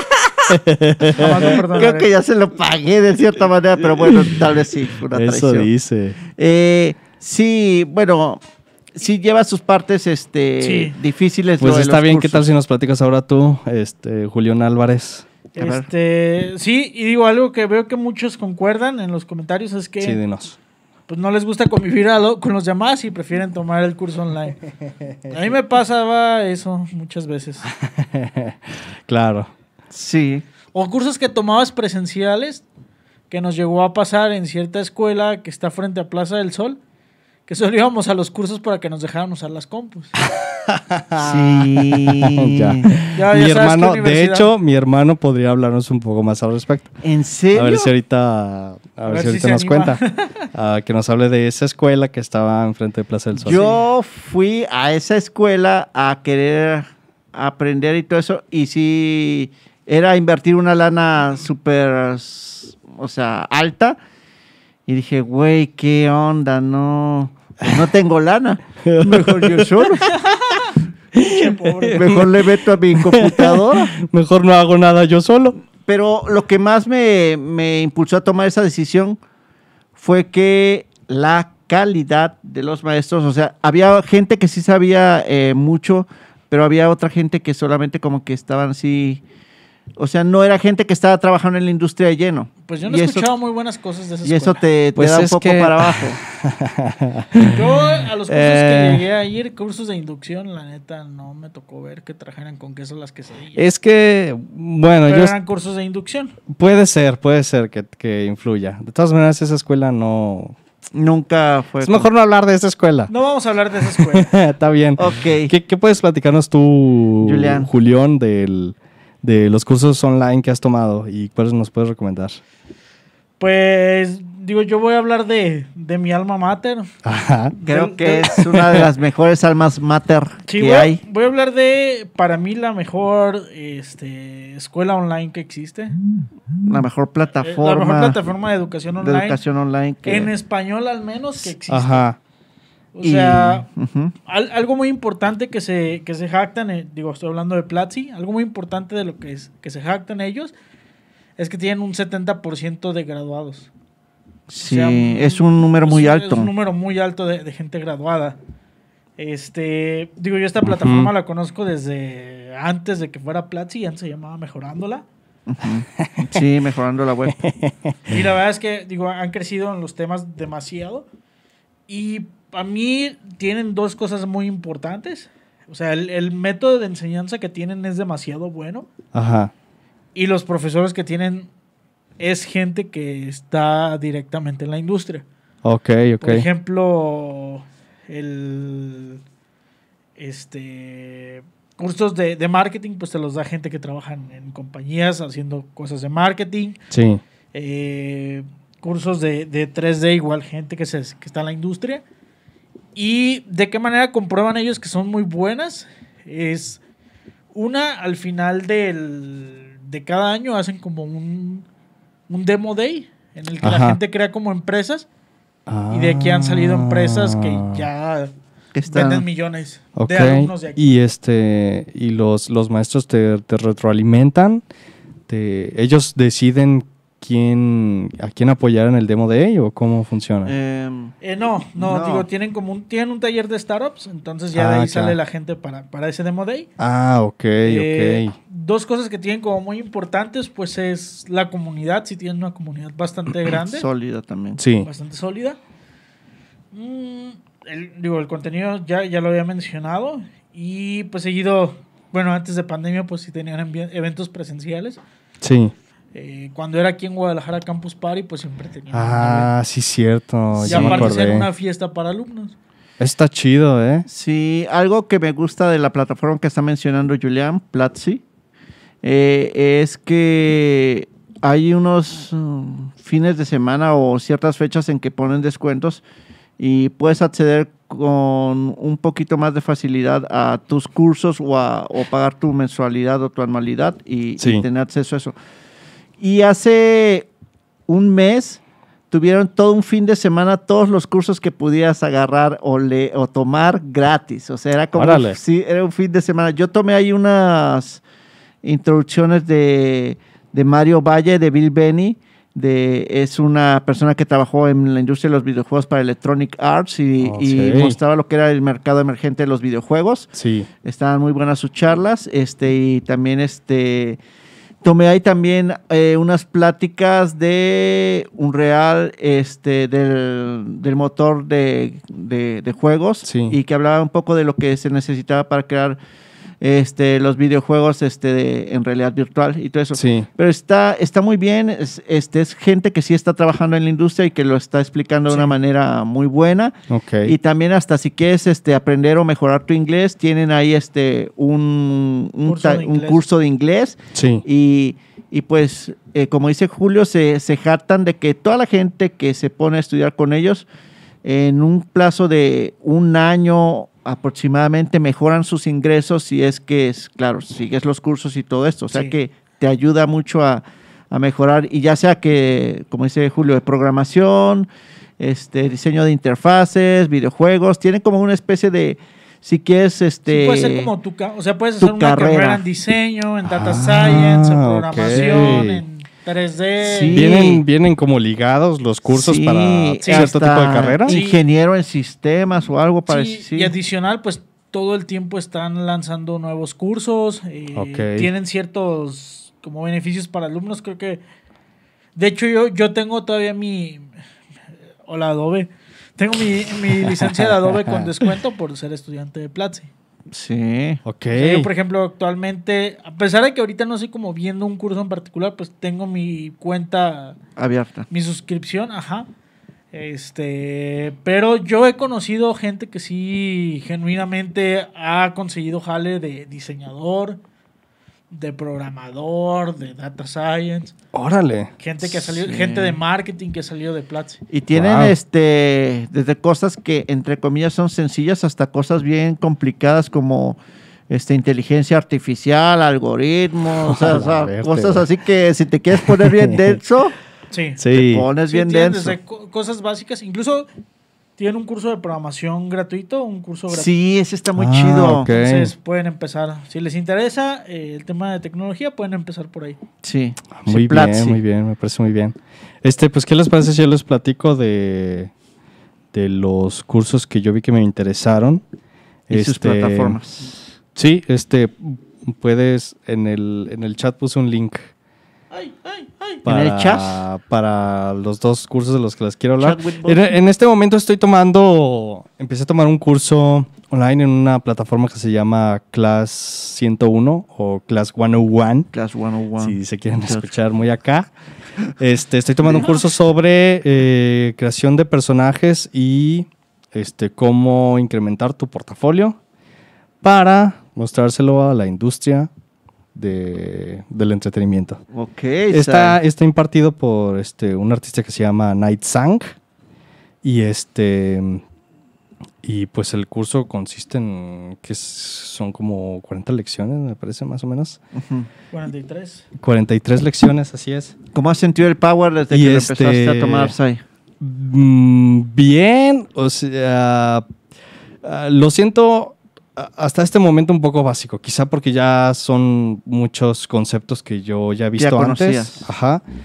Creo que ya se lo pagué de cierta manera, pero bueno, tal vez sí. Una Eso traición. dice. Eh, sí, bueno... Sí lleva sus partes este, sí. difíciles. Pues lo está bien, cursos. ¿qué tal si nos platicas ahora tú, este, Julián Álvarez? Este, sí, y digo algo que veo que muchos concuerdan en los comentarios es que sí, dinos. Pues no les gusta convivir a lo, con los demás y prefieren tomar el curso online. A mí me pasaba eso muchas veces. Claro. Sí. O cursos que tomabas presenciales, que nos llegó a pasar en cierta escuela que está frente a Plaza del Sol, que solo íbamos a los cursos para que nos dejaran usar las compus. Sí. ya. Ya, ya mi sabes hermano, de hecho, mi hermano podría hablarnos un poco más al respecto. ¿En serio? A ver si ahorita, a ver a ver si ahorita si nos anima. cuenta. Uh, que nos hable de esa escuela que estaba enfrente de Plaza del Sol. Yo fui a esa escuela a querer aprender y todo eso, y sí, era invertir una lana súper, o sea, alta. Y dije, güey, ¿qué onda? No, no tengo lana. Mejor yo solo. Mejor le meto a mi computadora. Mejor no hago nada yo solo. Pero lo que más me, me impulsó a tomar esa decisión fue que la calidad de los maestros, o sea, había gente que sí sabía eh, mucho, pero había otra gente que solamente como que estaban así... O sea, no era gente que estaba trabajando en la industria de lleno. Pues yo no he escuchado muy buenas cosas de esa escuela. Y eso te, te pues da un poco que... para abajo. Yo a los cursos eh... que llegué a ir, cursos de inducción, la neta, no me tocó ver que trajeran con queso las quesadillas. Es que, bueno, Pero yo... eran cursos de inducción. Puede ser, puede ser que, que influya. De todas maneras, esa escuela no... Nunca fue... Es mejor no hablar de esa escuela. No vamos a hablar de esa escuela. Está bien. Ok. ¿Qué, qué puedes platicarnos tú, Julián, Julián, del... de los cursos online que has tomado y cuáles nos puedes recomendar? Pues, digo, yo voy a hablar de, de mi alma mater. Ajá. Creo que es una de las mejores almas mater sí, que voy a, hay. Voy a hablar de, para mí, la mejor este, escuela online que existe. La mejor plataforma. La mejor plataforma de educación online. De educación online. Que... En español, al menos, que existe. Ajá. O sea, y, uh-huh. al, algo muy importante que se, que se jactan, eh, digo, estoy hablando de Platzi, algo muy importante de lo que, es, que se jactan ellos es que tienen un setenta por ciento de graduados. Sí, o sea, es un número muy es, alto. Es un número muy alto de, de gente graduada. Este, digo, yo esta plataforma uh-huh. la conozco desde antes de que fuera Platzi, antes se llamaba Mejorándola. Uh-huh. Sí, Mejorando la Web. Y la verdad es que, digo, han crecido en los temas demasiado. Y a mí tienen dos cosas muy importantes. O sea, el, el método de enseñanza que tienen es demasiado bueno. Ajá. Y los profesores que tienen es gente que está directamente en la industria. Ok, ok. Por ejemplo, el este cursos de, de marketing, pues te los da gente que trabaja en, en compañías haciendo cosas de marketing. Sí. Eh, cursos de, de tres D, igual gente que, se, que está en la industria. Y de qué manera comprueban ellos que son muy buenas. Es una, al final del, de cada año hacen como un, un demo day en el que Ajá. la gente crea como empresas. Ah. Y de aquí han salido empresas que ya Está. venden millones okay. de alumnos de aquí. Y, este, y los, los maestros te, te retroalimentan. Te, ellos deciden quién, a quién apoyar en el Demo Day o cómo funciona. Eh, Eh, no, no, No. digo, tienen como un, tienen un taller de startups, entonces ya Ah, de ahí claro. sale la gente para, para ese Demo Day. Ah, ok, Eh, ok. Dos cosas que tienen como muy importantes, pues es la comunidad, si tienen una comunidad bastante grande, sólida también. Sí, bastante sólida. Mm, el, digo, el contenido ya, ya lo había mencionado y pues seguido, bueno, antes de pandemia pues sí tenían envi- eventos presenciales. sí. Eh, cuando era aquí en Guadalajara Campus Party, pues siempre tenían un Ah, sí, cierto. evento. Y Ya me aparte hacían acordé. una fiesta para alumnos. Está chido, ¿eh? Sí, algo que me gusta de la plataforma que está mencionando Julián, Platzi, eh, es que hay unos um, fines de semana o ciertas fechas en que ponen descuentos y puedes acceder con un poquito más de facilidad a tus cursos o, a, o pagar tu mensualidad o tu anualidad y, Sí. y tener acceso a eso. Y hace un mes tuvieron todo un fin de semana todos los cursos que pudieras agarrar o, le, o tomar gratis. O sea, era como Órale. sí, era un fin de semana. Yo tomé ahí unas introducciones de, de Mario Valle, de Bill Benny. De, es una persona que trabajó en la industria de los videojuegos para Electronic Arts y, Oh, y sí. mostraba lo que era el mercado emergente de los videojuegos. Sí. Estaban muy buenas sus charlas. Este, y también este, tomé ahí también eh, unas pláticas de Unreal, este, del, del motor de, de, de juegos Sí. y que hablaba un poco de lo que se necesitaba para crear este, los videojuegos este, de- en realidad virtual y todo eso. Sí. Pero está, está muy bien, es, este, es gente que sí está trabajando en la industria y que lo está explicando de Sí. una manera muy buena. Ok. Y también hasta si quieres este, aprender o mejorar tu inglés, tienen ahí este, un, un, Curso ta- de un inglés. curso de inglés. Sí. Y, y pues, eh, como dice Julio, se, se jactan de que toda la gente que se pone a estudiar con ellos, en un plazo de un año aproximadamente mejoran sus ingresos si es que, es, claro, sigues los cursos y todo esto. O sea Sí. que te ayuda mucho a, a mejorar. Y ya sea que, como dice Julio, de programación, este, diseño de interfaces, videojuegos, tienen como una especie de, si quieres, este... Sí, puede ser como tu, ca- o sea, puedes tu hacer una carrera. carrera en diseño, en data Ah, science, en ok. programación, en tres D. Sí. ¿Vienen, ¿Vienen como ligados los cursos Sí, para cierto hasta tipo de carrera? Sí. ingeniero en sistemas o algo Sí, parecido. Sí. y adicional, pues todo el tiempo están lanzando nuevos cursos, eh, Ok. tienen ciertos como beneficios para alumnos, creo que de hecho yo, yo tengo todavía mi hola Adobe, tengo mi, mi licencia de Adobe con descuento por ser estudiante de Platzi. Sí. Ok. O sea, yo, por ejemplo, actualmente, a pesar de que ahorita no estoy como viendo un curso en particular, pues tengo mi cuenta, Abierta. mi suscripción, ajá. Este, pero yo he conocido gente que sí genuinamente ha conseguido jale de diseñador, de programador, de data science, Órale. gente que ha salido, Sí. gente de marketing que ha salido de Platzi. Y tienen Wow. este desde cosas que entre comillas son sencillas hasta cosas bien complicadas como este inteligencia artificial, algoritmos, o sea, o sea, A ver, cosas pero- así que si te quieres poner bien denso, Sí. Sí. te pones Sí, bien tienen denso. desde co- cosas básicas, incluso tienen un curso de programación gratuito, un curso gratuito. Sí, ese está muy Ah, chido. ok. Entonces pueden empezar, si les interesa eh, el tema de tecnología, pueden empezar por ahí. Sí. Muy Sí, bien, Platzi. muy bien, me parece muy bien. Este, pues, ¿qué les parece si yo les platico de, de los cursos que yo vi que me interesaron? Y sus Este, plataformas. Sí, este, puedes, en el, en el chat puse un link Ay, ay, ay. para, el chat? para los dos cursos de los que les quiero hablar. Chat with En, Boss. en este momento estoy tomando, empecé a tomar un curso online en una plataforma que se llama Class ciento uno o Class ciento uno. Class ciento uno. Si se quieren Claro. escuchar muy acá. Este, estoy tomando un curso sobre eh, creación de personajes y este, cómo incrementar tu portafolio para mostrárselo a la industria de, del entretenimiento. Ok. Está, Sai. está impartido por este, un artista que se llama Night Sang. Y este. Y pues el curso consiste en que es- son como cuarenta lecciones, me parece, más o menos. Ujú. cuarenta y tres. cuarenta y tres lecciones, así es. ¿Cómo has sentido el power desde Y que lo este- empezaste a tomar, Sai? Mm, bien, o sea, ah, lo siento ah, hasta este momento un poco básico, quizá porque ya son muchos conceptos que yo ya he visto Ya antes. conocías. Ajá.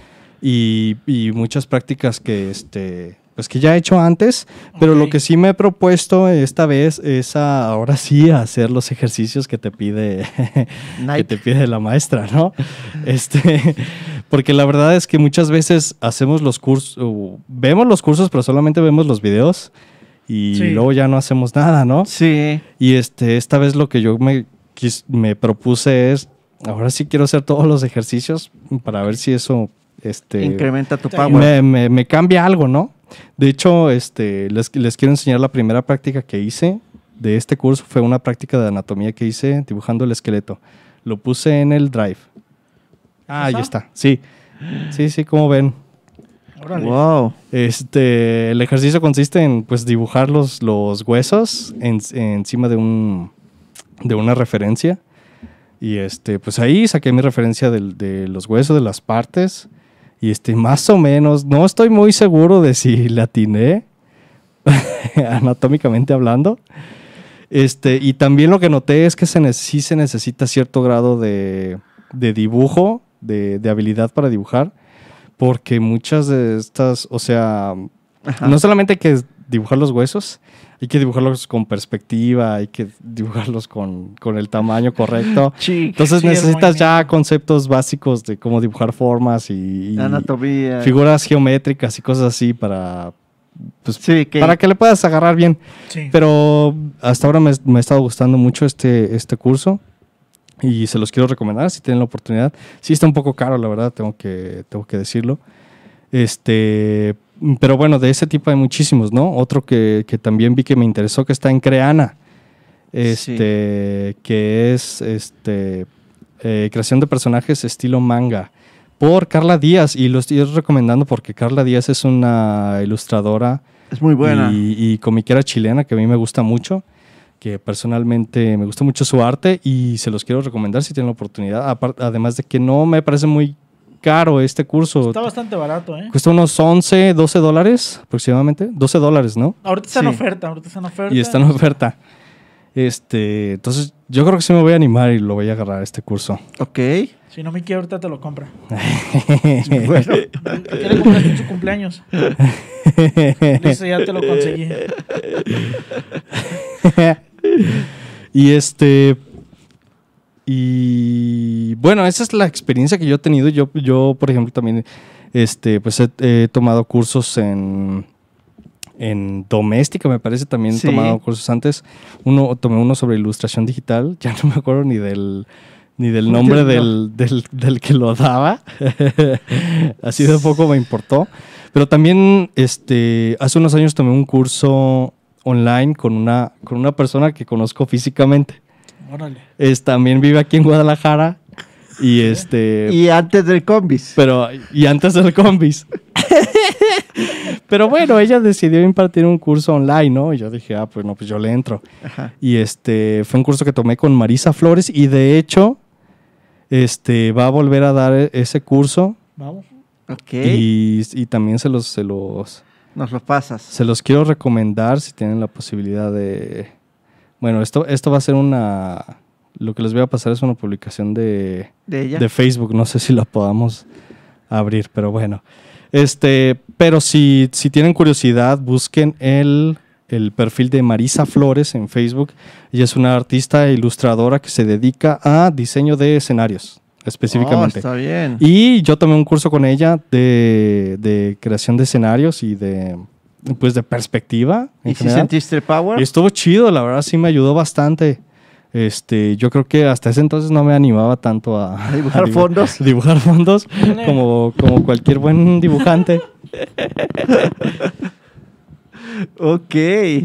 y, y muchas prácticas que, este, pues que ya he hecho antes, pero Ok. lo que sí me he propuesto esta vez es a- ahora sí a hacer los ejercicios que te pide, que Nike. te pide la maestra, ¿no? Este, porque la verdad es que muchas veces hacemos los cursos, o vemos los cursos, pero solamente vemos los videos y Sí. luego ya no hacemos nada, ¿no? Sí. Y este, esta vez lo que yo me, quis- me propuse es, ahora sí quiero hacer todos los ejercicios para ver si eso este, Incrementa tu Te power. me, me- me cambia algo, ¿no? De hecho, este, les, les quiero enseñar la primera práctica que hice de este curso. Fue una práctica de anatomía que hice dibujando el esqueleto. Lo puse en el Drive. Ah, ahí ¿Esa? está. Sí, sí, sí, como ven. Órale. Wow. Este, el ejercicio consiste en pues dibujar los, los huesos en- encima de un de una referencia. Y este, pues ahí saqué mi referencia del- de los huesos, de las partes. Y este, más o menos, no estoy muy seguro de si le atiné anatómicamente hablando. Este, y también lo que noté es que se ne- sí se necesita cierto grado de, de dibujo, de, de habilidad para dibujar, porque muchas de estas, o sea, Ajá. no solamente hay que dibujar los huesos, hay que dibujarlos con perspectiva, hay que dibujarlos con, con el tamaño correcto. Sí. Entonces Sí, el necesitas ya movimiento. conceptos básicos de cómo dibujar formas y, y Anatomía. figuras geométricas y cosas así para, pues, Sí, que para que le puedas agarrar bien. Sí. Pero hasta ahora me, me ha estado gustando mucho este, este curso y se los quiero recomendar si tienen la oportunidad. Sí está un poco caro, la verdad, tengo que, tengo que decirlo. Este, pero bueno, de ese tipo hay muchísimos, ¿no? Otro que, que también vi que me interesó, que está en Creana, este, que es este, eh, creación de personajes estilo manga, por Carla Díaz. Y lo estoy recomendando porque Carla Díaz es una ilustradora es muy buena. y, y comiquera chilena que a mí me gusta mucho, que personalmente me gusta mucho su arte y se los quiero recomendar si tienen la oportunidad. Apar- además de que no me parece muy caro este curso. Está bastante barato, ¿eh? Cuesta unos once, doce dólares aproximadamente. doce dólares, ¿no? Ahorita está en Sí. oferta, ahorita está en oferta. Y está en oferta. Este, entonces yo creo que sí me voy a animar y lo voy a agarrar este curso. Ok. Si no me quiere, ahorita te lo compra. Bueno. ¿Qué le compraste en su cumpleaños? Listo, ya te lo conseguí. Y este. Y bueno, esa es la experiencia que yo he tenido. Yo, yo por ejemplo, también este, pues he, he tomado cursos en, en doméstica, me parece. También Sí. he tomado cursos antes. Uno, tomé uno sobre ilustración digital. Ya no me acuerdo ni del, ni del nombre del, del, del que lo daba. Así de poco me importó. Pero también este, hace unos años tomé un curso online con una, con una persona que conozco físicamente. Órale. Es, también vive aquí en Guadalajara y este Y antes del combis. pero y antes del combis. Pero bueno, ella decidió impartir un curso online, ¿no? Y yo dije, ah, pues no, pues yo le entro. Ajá. Y este fue un curso que tomé con Marisa Flores y de hecho este va a volver a dar ese curso Vamos. Ok. y, y también se los se los Nos lo pasas. se los quiero recomendar si tienen la posibilidad de... Bueno, esto, esto va a ser una... Lo que les voy a pasar es una publicación de, De ella. de Facebook. No sé si la podamos abrir, pero bueno. Este, pero si, si tienen curiosidad, busquen el, el perfil de Marisa Flores en Facebook. Ella es una artista e ilustradora que se dedica a diseño de escenarios, específicamente. Oh, está bien. Y yo tomé un curso con ella de, de creación de escenarios y de, pues, de perspectiva. en ¿Y si general. sentiste el power? Y estuvo chido, la verdad sí me ayudó bastante. Este, yo creo que hasta ese entonces no me animaba tanto a, ¿A dibujar dibu- fondos? dibujar fondos como, como cualquier buen dibujante. Ok.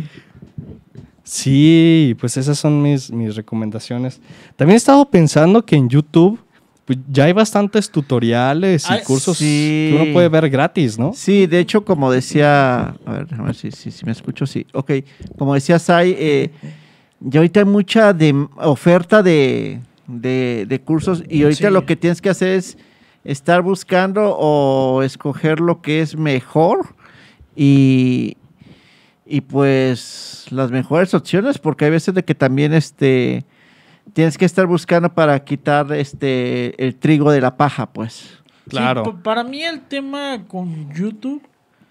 Sí, pues esas son mis, mis recomendaciones. También he estado pensando que en YouTube pues, ya hay bastantes tutoriales y Ay, cursos sí. que uno puede ver gratis, ¿no? Sí, de hecho, como decía, a ver, déjame ver si, si, si me escucho, sí. Ok, como decía Sai, eh, ya ahorita hay mucha de, oferta de, de, de cursos y ahorita Sí. lo que tienes que hacer es estar buscando o escoger lo que es mejor y, y pues las mejores opciones, porque hay veces de que también este tienes que estar buscando para quitar este el trigo de la paja, pues. Claro. Sí, pa- para mí el tema con YouTube,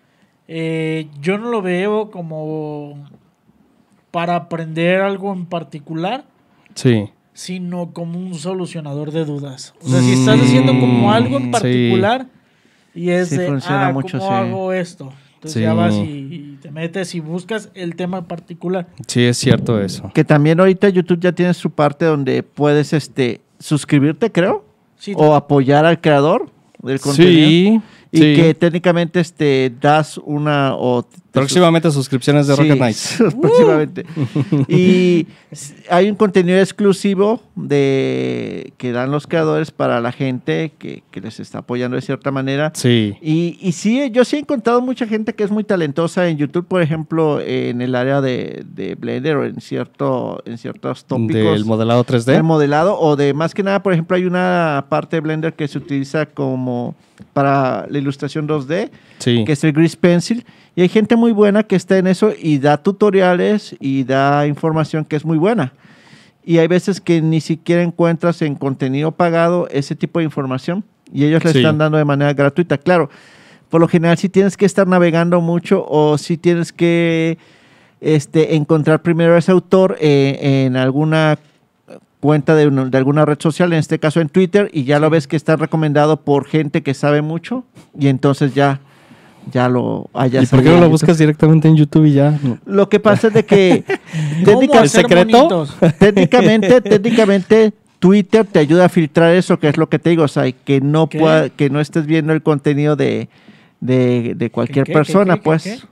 eh, yo no lo veo como para aprender algo en particular, Sí. sino como un solucionador de dudas. O sea, si estás haciendo como algo en Mm, particular y es Sí, de, funciona ah, mucho, ¿cómo sí. hago esto? Entonces Sí. ya vas y, y te metes y buscas el tema en particular. Sí, es cierto eso. Que también ahorita YouTube ya tiene su parte donde puedes este suscribirte, creo, Sí, o apoyar al creador del contenido. Sí. Y sí. que técnicamente este das una o te- Próximamente suscripciones de Sí, Rocket Knights. próximamente. Y s- hay un contenido exclusivo de que dan los creadores para la gente que, que les está apoyando de cierta manera. Sí. Y, y sí, yo sí he encontrado mucha gente que es muy talentosa en YouTube, por ejemplo, en el área de, de Blender o en cierto en ciertos tópicos. Del modelado tres D. Del modelado o de más que nada, por ejemplo, hay una parte de Blender que se utiliza como para la ilustración dos D, Sí. que es el Grease Pencil, y hay gente muy buena que está en eso y da tutoriales y da información que es muy buena. Y hay veces que ni siquiera encuentras en contenido pagado ese tipo de información y ellos le Sí. están dando de manera gratuita. Claro, por lo general si tienes que estar navegando mucho o si tienes que este, encontrar primero a ese autor eh, en alguna cuenta de, una- de alguna red social, en este caso en Twitter, y ya lo ves que está recomendado por gente que sabe mucho y entonces ya, ya lo hayas. ¿Y por qué no lo buscas directamente en YouTube y ya? No. Lo que pasa es de que ¿Cómo técnica- hacer secreto? monitos? técnicamente, técnicamente Twitter te ayuda a filtrar eso, que es lo que te digo, o sea, que no ¿Qué? pueda, que no estés viendo el contenido de, de, de cualquier qué, persona, qué, qué, pues. qué?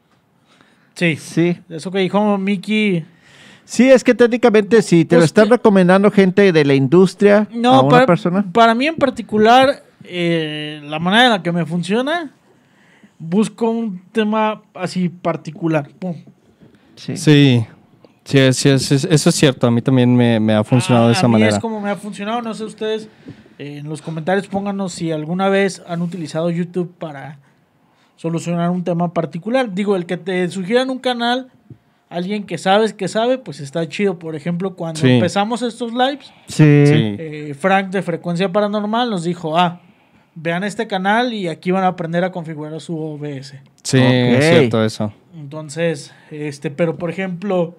Sí, Sí. eso que dijo Mickey. Sí, es que técnicamente si te Pues lo están que- recomendando gente de la industria a No, una para, persona. para mí en particular, eh, la manera en la que me funciona, busco un tema así particular. Pum. Sí. Sí. Sí, es- sí, es- es- eso es cierto. A mí también me, me ha funcionado a, de esa a mí manera. es como me ha funcionado. No sé ustedes, eh, en los comentarios pónganos si alguna vez han utilizado YouTube para solucionar un tema particular. Digo, el que te sugieran un canal, alguien que sabes que sabe, pues está chido. Por ejemplo, cuando Sí. empezamos estos lives, Sí. Sí. eh, Frank de Frecuencia Paranormal nos dijo, ah, vean este canal y aquí van a aprender a configurar su O B S. Sí, Ok. es cierto eso. Entonces, este, pero por ejemplo,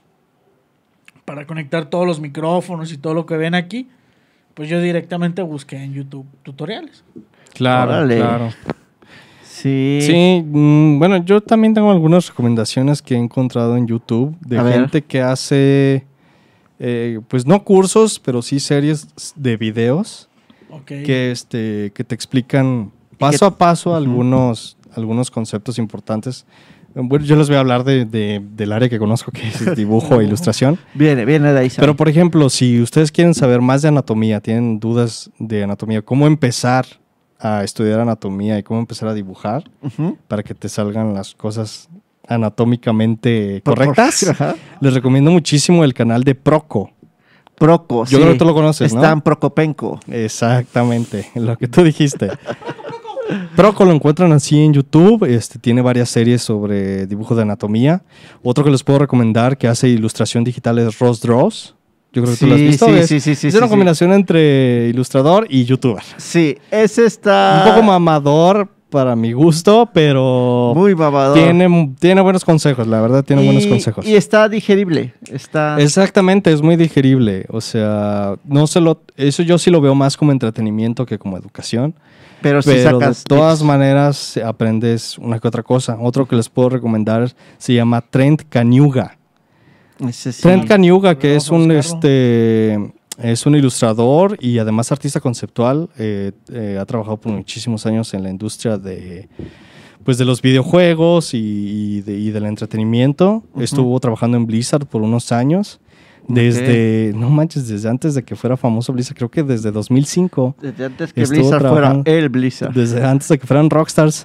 para conectar todos los micrófonos y todo lo que ven aquí, pues yo directamente busqué en YouTube tutoriales. Claro, Órale. claro. Sí. Sí, mm, bueno, yo también tengo algunas recomendaciones que he encontrado en YouTube de A ver. gente que hace, eh, pues no cursos, pero sí series de videos Ok. que, este, que te explican paso a paso algunos, algunos conceptos importantes. Bueno, yo les voy a hablar de, de- del área que conozco, que es dibujo e ilustración. Viene, viene de ahí. Pero, por ejemplo, si ustedes quieren saber más de anatomía, tienen dudas de anatomía, cómo empezar a estudiar anatomía y cómo empezar a dibujar Ujú. para que te salgan las cosas anatómicamente Por- por- correctas, Ajá. les recomiendo muchísimo el canal de Proco. Proco, Yo sí. creo que tú lo conoces, ¿no? Stan Prokopenko. Exactamente, lo que tú dijiste. Proco lo encuentran así en YouTube, este, tiene varias series sobre dibujo de anatomía. Otro que les puedo recomendar que hace ilustración digital es Ross Draws. Yo creo que tú lo has Sí, visto. sí, es, sí, sí, sí, es sí, una sí. combinación entre ilustrador y youtuber. Sí, ese está... Un poco mamador para mi gusto, pero Muy mamador. tiene, tiene buenos consejos, la verdad, tiene y, buenos consejos. Y está digerible. Está... Exactamente, es muy digerible. O sea, no se lo, eso yo sí lo veo más como entretenimiento que como educación. pero sí Pero de sacas... todas tips. maneras aprendes una que otra cosa. Otro que les puedo recomendar se llama Trent Kaniuga. Ese sí. Trent Kaniuga, que Vamos es a un buscarlo. este es un ilustrador y además artista conceptual. Eh, eh, ha trabajado por muchísimos años en la industria de pues de los videojuegos y, y de- y del entretenimiento. Ujú. Estuvo trabajando en Blizzard por unos años. Desde, no manches, desde antes de que fuera famoso Blizzard, creo que desde dos mil cinco. Desde antes que Estuvo Blizzard fuera trabajando- el Blizzard. Desde antes de que fueran rockstars.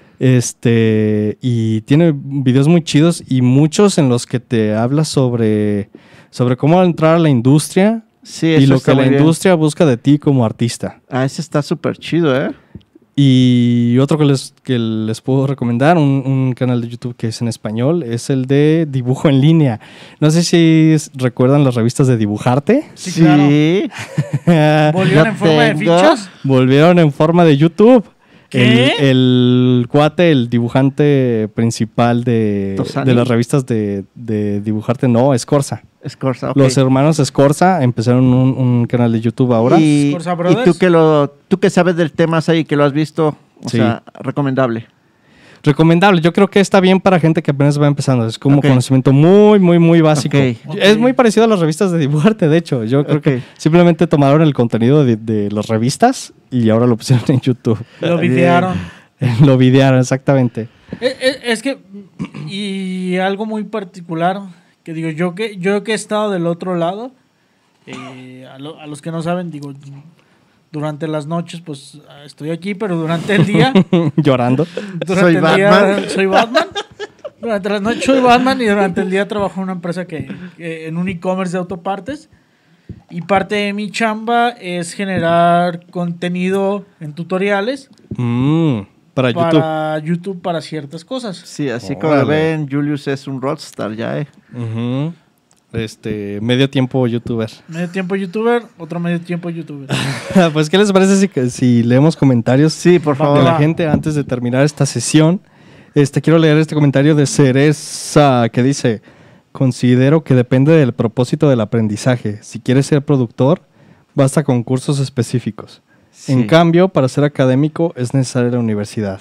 Este, y tiene videos muy chidos y muchos en los que te habla sobre, sobre cómo entrar a la industria Sí, y eso lo está que la muy bien. industria busca de ti como artista. Ah, ese está súper chido, ¿eh? Y otro que les, que les puedo recomendar, un, un canal de YouTube que es en español, es el de Dibujo en Línea. No sé si es- recuerdan las revistas de Dibujarte. Sí, claro. ¿Volvieron en forma de tengo. fichas? Volvieron en forma de YouTube. ¿Qué? El, el cuate, el dibujante principal de, ¿Tosani? de las revistas de, de Dibujarte, no, Escorza. Escorza, ok. Los hermanos Escorza empezaron un, un canal de YouTube ahora. Y, Escorza y Brothers. tú que lo, tú que sabes del tema ahí, que lo has visto, o Sí. sea, recomendable. Recomendable, yo creo que está bien para gente que apenas va empezando. Es como Ok. conocimiento muy, muy, muy básico. Ok. Es muy parecido a las revistas de Dibujarte, de hecho. Yo creo Ok. que simplemente tomaron el contenido de, de las revistas y ahora lo pusieron en YouTube. Lo Bien. videaron. Lo videaron, exactamente. Es, es- es que, y algo muy particular, que digo, yo que, yo que he estado del otro lado, eh, a, lo- a los que no saben, digo, durante las noches, pues estoy aquí, pero durante el día, Llorando. durante Soy el Batman. día soy Batman. Durante las noches soy Batman y durante el día trabajo en una empresa que, que- en un e-commerce de autopartes. Y parte de mi chamba es generar contenido en tutoriales Mm, para YouTube. para YouTube para ciertas cosas. Sí, así como lo Órale. ven, Julius es un rockstar ya, ¿eh? Ujú. Este, medio tiempo youtuber. Medio tiempo youtuber, otro medio tiempo youtuber. Pues, ¿qué les parece si, si leemos comentarios Sí, por Va, de favor. la va. gente antes de terminar esta sesión? Este, quiero leer este comentario de Cereza que dice: considero que depende del propósito del aprendizaje. Si quieres ser productor, basta con cursos específicos. Sí. En cambio, para ser académico es necesaria la universidad.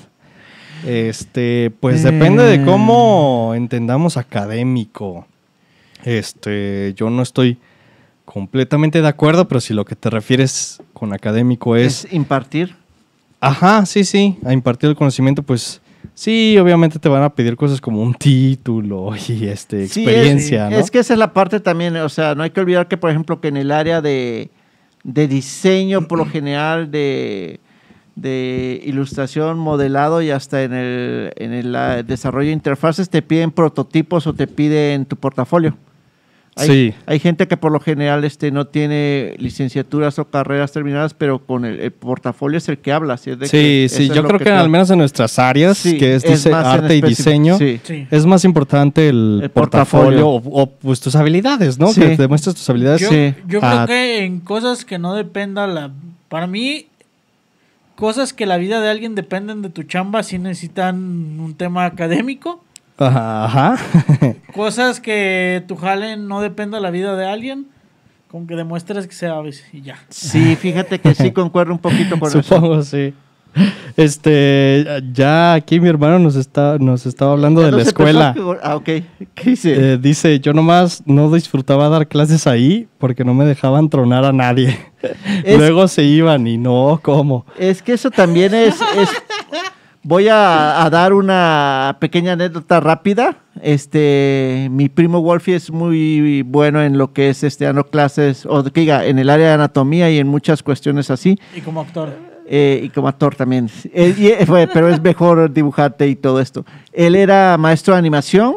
Este, pues Eh. depende de cómo entendamos académico. Este, yo no estoy completamente de acuerdo, pero si lo que te refieres con académico es, Es impartir. ajá, sí, sí, a impartir el conocimiento, pues sí, obviamente te van a pedir cosas como un título y este Sí, experiencia, es, ¿no? es que esa es la parte también, o sea, no hay que olvidar que, por ejemplo, que en el área de, de diseño, por lo general, de, de ilustración, modelado y hasta en el, en el ah, desarrollo de interfaces, te piden prototipos o te piden tu portafolio. Hay, Sí. hay gente que por lo general este, no tiene licenciaturas o carreras terminadas, pero con el, el portafolio es el que habla. Así es de Sí, que sí, eso es yo lo creo que, te- al menos en nuestras áreas, Sí, que es, es dise- más en arte y específico. diseño, Sí. Sí. es más importante el, El portafolio, portafolio. o, o, pues tus habilidades, ¿no? Sí. Que te demuestres tus habilidades. Yo, Sí. yo Ah. creo que en cosas que no dependa la... Para mí, cosas que la vida de alguien dependen de tu chamba sí necesitan un tema académico. Ajá. ajá. Cosas que tu jale no dependa de la vida de alguien, con que demuestres que sabes y ya. Sí, fíjate que sí concuerdo un poquito con eso. Supongo, sí. Este, ya aquí mi hermano nos está, nos estaba hablando Ya de no la se escuela. pensó que- Ah, ok. ¿Qué dice? Eh, dice, yo nomás no disfrutaba dar clases ahí porque no me dejaban tronar a nadie. Es- Luego se iban y no, ¿cómo? Es que eso también es... es- Voy a, a dar una pequeña anécdota rápida. Este, mi primo Wolfie es muy bueno en lo que es este, dando clases, o que diga, en el área de anatomía y en muchas cuestiones así. Y como actor. Eh, y como actor también. Él- y- eh, fue- pero es mejor dibujarte y todo esto. Él era maestro de animación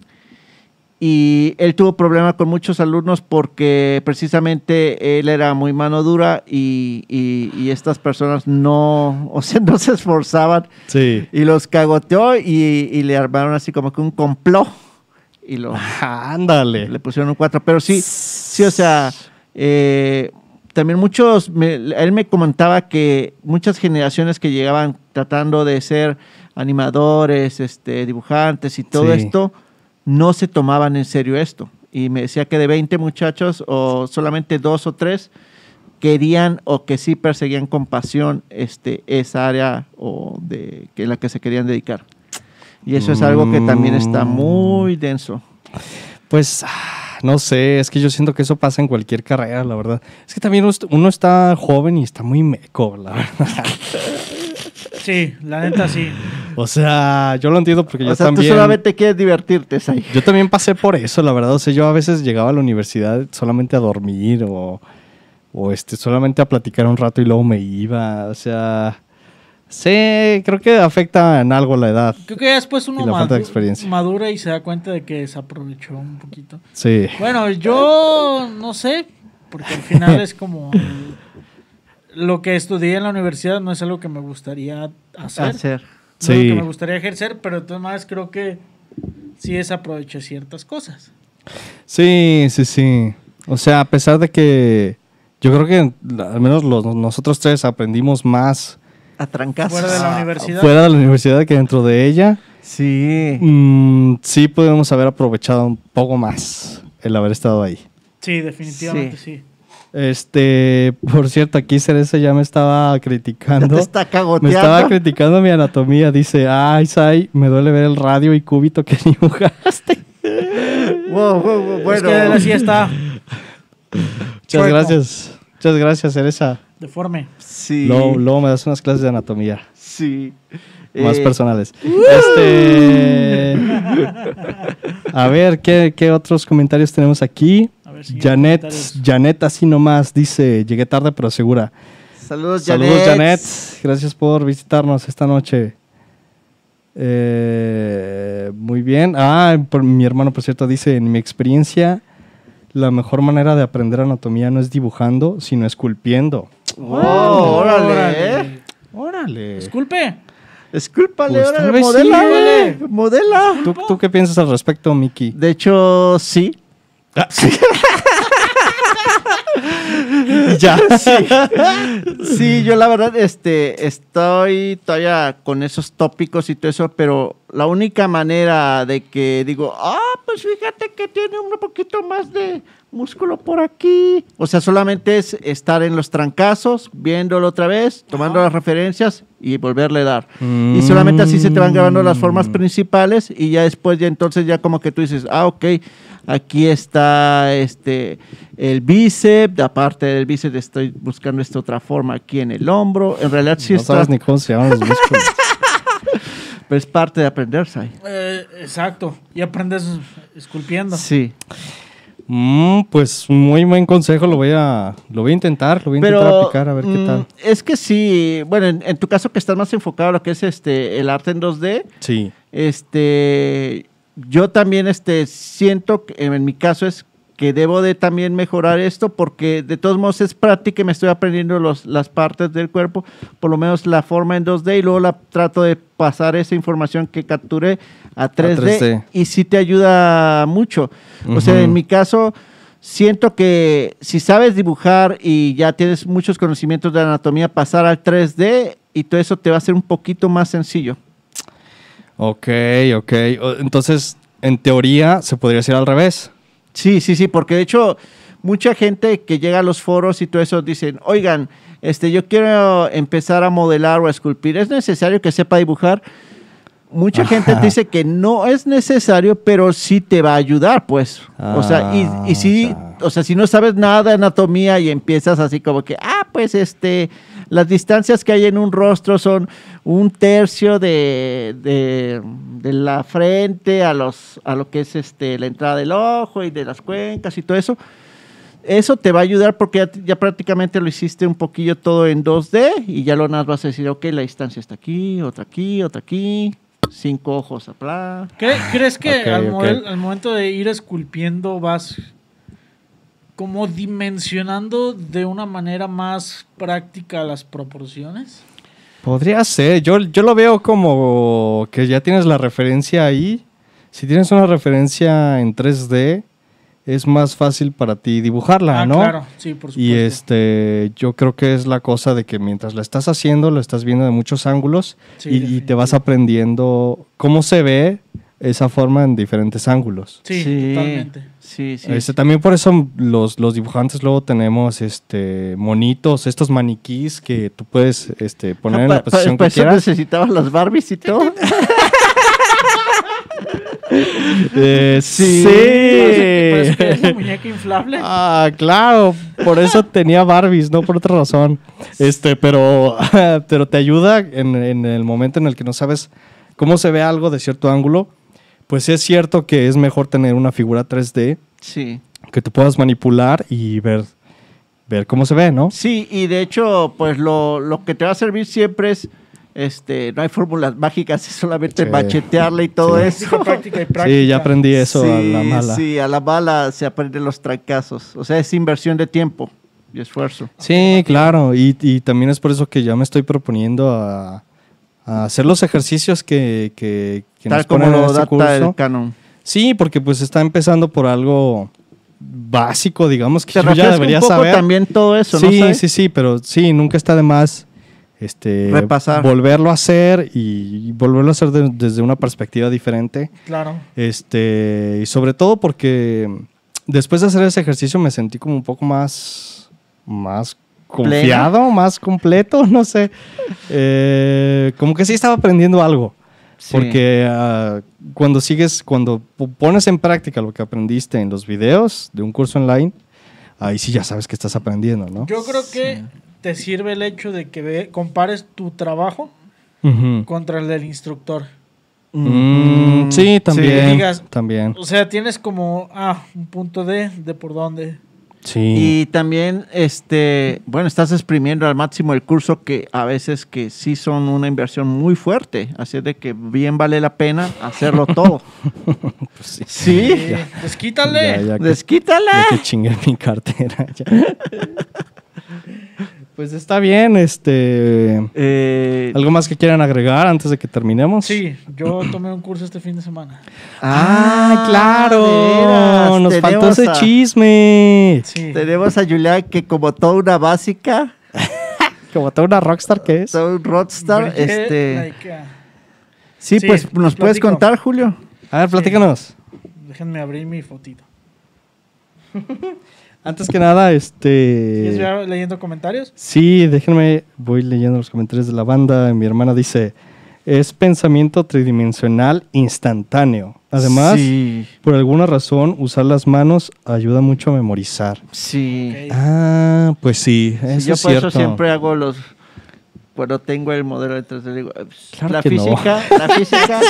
y él tuvo problemas con muchos alumnos porque precisamente él era muy mano dura y, y- y estas personas no, o sea, no se esforzaban Sí. y los cagoteó y, y le armaron así como que un complot y lo, Ándale. le pusieron un cuatro. Pero sí, sí, o sea, eh, también muchos, me- él me comentaba que muchas generaciones que llegaban tratando de ser animadores, este, dibujantes y todo Sí. esto, no se tomaban en serio esto. Y me decía que de veinte muchachos o solamente dos o tres querían o que sí perseguían con pasión este, esa área o de que en la que se querían dedicar. Y eso es algo que también está muy denso. Pues, ah, no sé, es que yo siento que eso pasa en cualquier carrera, la verdad. Es que también uno est- uno está joven y está muy meco, la verdad. Sí, la neta sí. O sea, yo lo entiendo porque yo O sea, también... tú solamente quieres divertirte, es ahí. Yo también pasé por eso, la verdad. O sea, yo a veces llegaba a la universidad solamente a dormir o, o este, solamente a platicar un rato y luego me iba. O sea, sí, creo que afecta en algo la edad. Creo que ya después uno Y la falta de madu- experiencia. madura y se da cuenta de que desaprovechó un poquito. Sí. Bueno, yo no sé, porque al final es como... lo que estudié en la universidad no es algo que me gustaría hacer. Hacer. No Sí. es algo que me gustaría ejercer, pero de todas maneras creo que sí desaproveché ciertas cosas. Sí, sí, sí. O sea, a pesar de que yo creo que al menos los, nosotros tres aprendimos más A trancazos. Fuera de la universidad. fuera de la universidad que dentro de ella, Sí. mm, sí podemos haber aprovechado un poco más el haber estado ahí. Sí, definitivamente sí. Este, por cierto, aquí Cereza ya me estaba Ya criticando. te está Me cagoteando. estaba criticando mi anatomía. Dice, ay, Sai, me duele ver el radio y cúbito que dibujaste. Wow, wow, wow, Es bueno. que él así está Muchas Chueco. gracias. Muchas gracias, Cereza. deforme. Sí. Luego, luego me das unas clases de anatomía Sí. más Eh, personales. Este. A ver, ¿qué, qué otros comentarios tenemos aquí? A ver si Janet, comentarios. Janet así nomás dice, llegué tarde pero segura. Saludos, Janet. Saludos, Janet. Gracias por visitarnos esta noche. Eh, muy bien. Ah, por- mi hermano, por cierto, dice, en mi experiencia, la mejor manera de aprender anatomía no es dibujando, sino esculpiendo. Wow, órale. Órale. Órale. Disculpe. Discúlpale, Pues, tal órale, vez sí, modela, vale. güey, modela. ¿Tú, ¿Tú qué piensas al respecto, Miki? De hecho, sí. Ya. Sí, yo la verdad, este, estoy todavía con esos tópicos y todo eso, pero la única manera de que digo, ah, pues fíjate que tiene un poquito más de músculo por aquí. O sea, solamente es estar en los trancazos, viéndolo otra vez, tomando las referencias y volverle a dar. Y solamente así se te van grabando las formas principales y ya después, ya entonces, ya como que tú dices, ah, ok, aquí está este el bíceps, aparte del bíceps estoy buscando esta otra forma aquí en el hombro. En realidad sí No está, sabes ni cómo se llaman los músculos. pero es parte de aprender, Sai. Eh, exacto. Y aprendes esculpiendo. Sí. Mm, pues muy buen consejo, lo voy a, lo voy a intentar, lo voy a intentar Pero aplicar a ver qué mm, tal. es que sí, bueno, en, en tu caso que estás más enfocado a lo que es este el arte en dos D, Sí. este yo también este siento que en mi caso es que debo de también mejorar esto porque de todos modos es práctica y me estoy aprendiendo los, las partes del cuerpo, por lo menos la forma en dos D y luego la trato de pasar esa información que capturé a tres D, tres D. y sí te ayuda mucho. O sea, Ujú. en mi caso siento que si sabes dibujar y ya tienes muchos conocimientos de anatomía, pasar al tres D y todo eso te va a ser un poquito más sencillo. Ok, ok. O- Entonces, en teoría, se podría hacer al revés. Sí, sí, sí, porque de hecho mucha gente que llega a los foros y todo eso dicen, oigan, este, yo quiero empezar a modelar o a esculpir, ¿es necesario que sepa dibujar? Mucha Ajá. gente dice que no es necesario, pero sí te va a ayudar, pues. o sea, y, y sí, Ah, o sea, si no sabes nada de anatomía y empiezas así como que, ah, pues este, las distancias que hay en un rostro son un tercio de, de, de la frente a los a lo que es este la entrada del ojo y de las cuencas y todo eso. Eso te va a ayudar porque ya, ya prácticamente lo hiciste un poquillo todo en dos D y ya lo nada más vas a decir, ok, la distancia está aquí, otra aquí, otra aquí, cinco ojos acá. ¿Cre- ¿Crees que Ok, al, ok. model- al momento de ir esculpiendo vas como dimensionando de una manera más práctica las proporciones? podría ser. Yo, yo lo veo como que ya tienes la referencia ahí. Si tienes una referencia en tres D, es más fácil para ti dibujarla, Ah, ¿no? claro, sí, por supuesto. Y este, yo creo que es la cosa de que mientras la estás haciendo, lo estás viendo de muchos ángulos Sí, y- y, te definitivo. vas aprendiendo cómo se ve esa forma en diferentes ángulos. Sí, totalmente. Sí, sí. Este, también por eso los, los dibujantes luego tenemos este monitos, estos maniquís que tú puedes este, poner en la Pa- pa- posición pa que eso quieras. necesitabas las Barbies y todo. Eh, sí. Pero es que es una muñeca inflable. Ah, claro, por eso tenía Barbies, no por otra razón. Este, pero, pero te ayuda en, en el momento en el que no sabes cómo se ve algo de cierto ángulo. Pues es cierto que es mejor tener una figura tres D Sí. que tú puedas manipular y ver, ver cómo se ve, ¿no? Sí, y de hecho, pues lo, lo que te va a servir siempre es, este, no hay fórmulas mágicas, es solamente Sí. machetearle y todo Sí. eso. Práctica, práctica y práctica. Sí, ya aprendí eso sí, a la mala. Sí, a la mala se aprenden los trancazos. O sea, es inversión de tiempo. y esfuerzo. Sí, claro. Y, y también es por eso que ya me estoy proponiendo a, a hacer los ejercicios que, que, que Tal nos como ponen en lo este data curso. el canon. Sí, porque pues está empezando por algo básico, digamos, que Se yo ya refresca debería un poco saber. también todo eso, ¿no? Sí, ¿Sabes? sí, sí, pero sí, nunca está de más este, Repasar. volverlo a hacer y volverlo a hacer de- desde una perspectiva diferente. Claro. Este, y sobre todo porque después de hacer ese ejercicio me sentí como un poco más, más confiado, más completo, no sé. Eh, como que sí estaba aprendiendo algo. Sí. Porque ah, cuando sigues, cuando p- pones en práctica lo que aprendiste en los videos de un curso online, ahí sí ya sabes que estás aprendiendo, ¿no? Yo creo que te sirve el hecho de que ve- compares tu trabajo Ujú. contra el del instructor. Mm, sí, también. Digas- también. O sea, tienes como, ah, un punto de, de por dónde. Sí. Y también, este, bueno, estás exprimiendo al máximo el curso que a veces que sí son una inversión muy fuerte, así de que bien vale la pena hacerlo todo. Pues sí. Sí, Eh, desquítale. Ya, ya que, desquítala. ya que chingué mi cartera. ya. Pues está bien, este... Eh, ¿Algo más que quieran agregar antes de que terminemos? Sí, yo tomé un curso este fin de semana. ¡Ah, claro! de veras, Nos faltó tenemos ese a- chisme. Sí. Tenemos a Julián que como toda una básica, Como toda una rockstar que es. todo un rockstar, Porque, este... like, ah, Sí, Sí, pues nos les puedes platico. contar, Julio. A ver, platícanos. déjenme abrir mi fotito. Antes que nada, ¿Quieres este... ver leyendo comentarios? Sí, déjenme, voy leyendo los comentarios de la banda. Mi hermana dice, es pensamiento tridimensional instantáneo. Además, Sí, por alguna razón, usar las manos ayuda mucho a memorizar. sí. Ok. Ah, pues sí, eso Yo es por cierto. eso siempre hago los... Cuando tengo el modelo de tres D, digo, pues, Claro la que no. física, la física...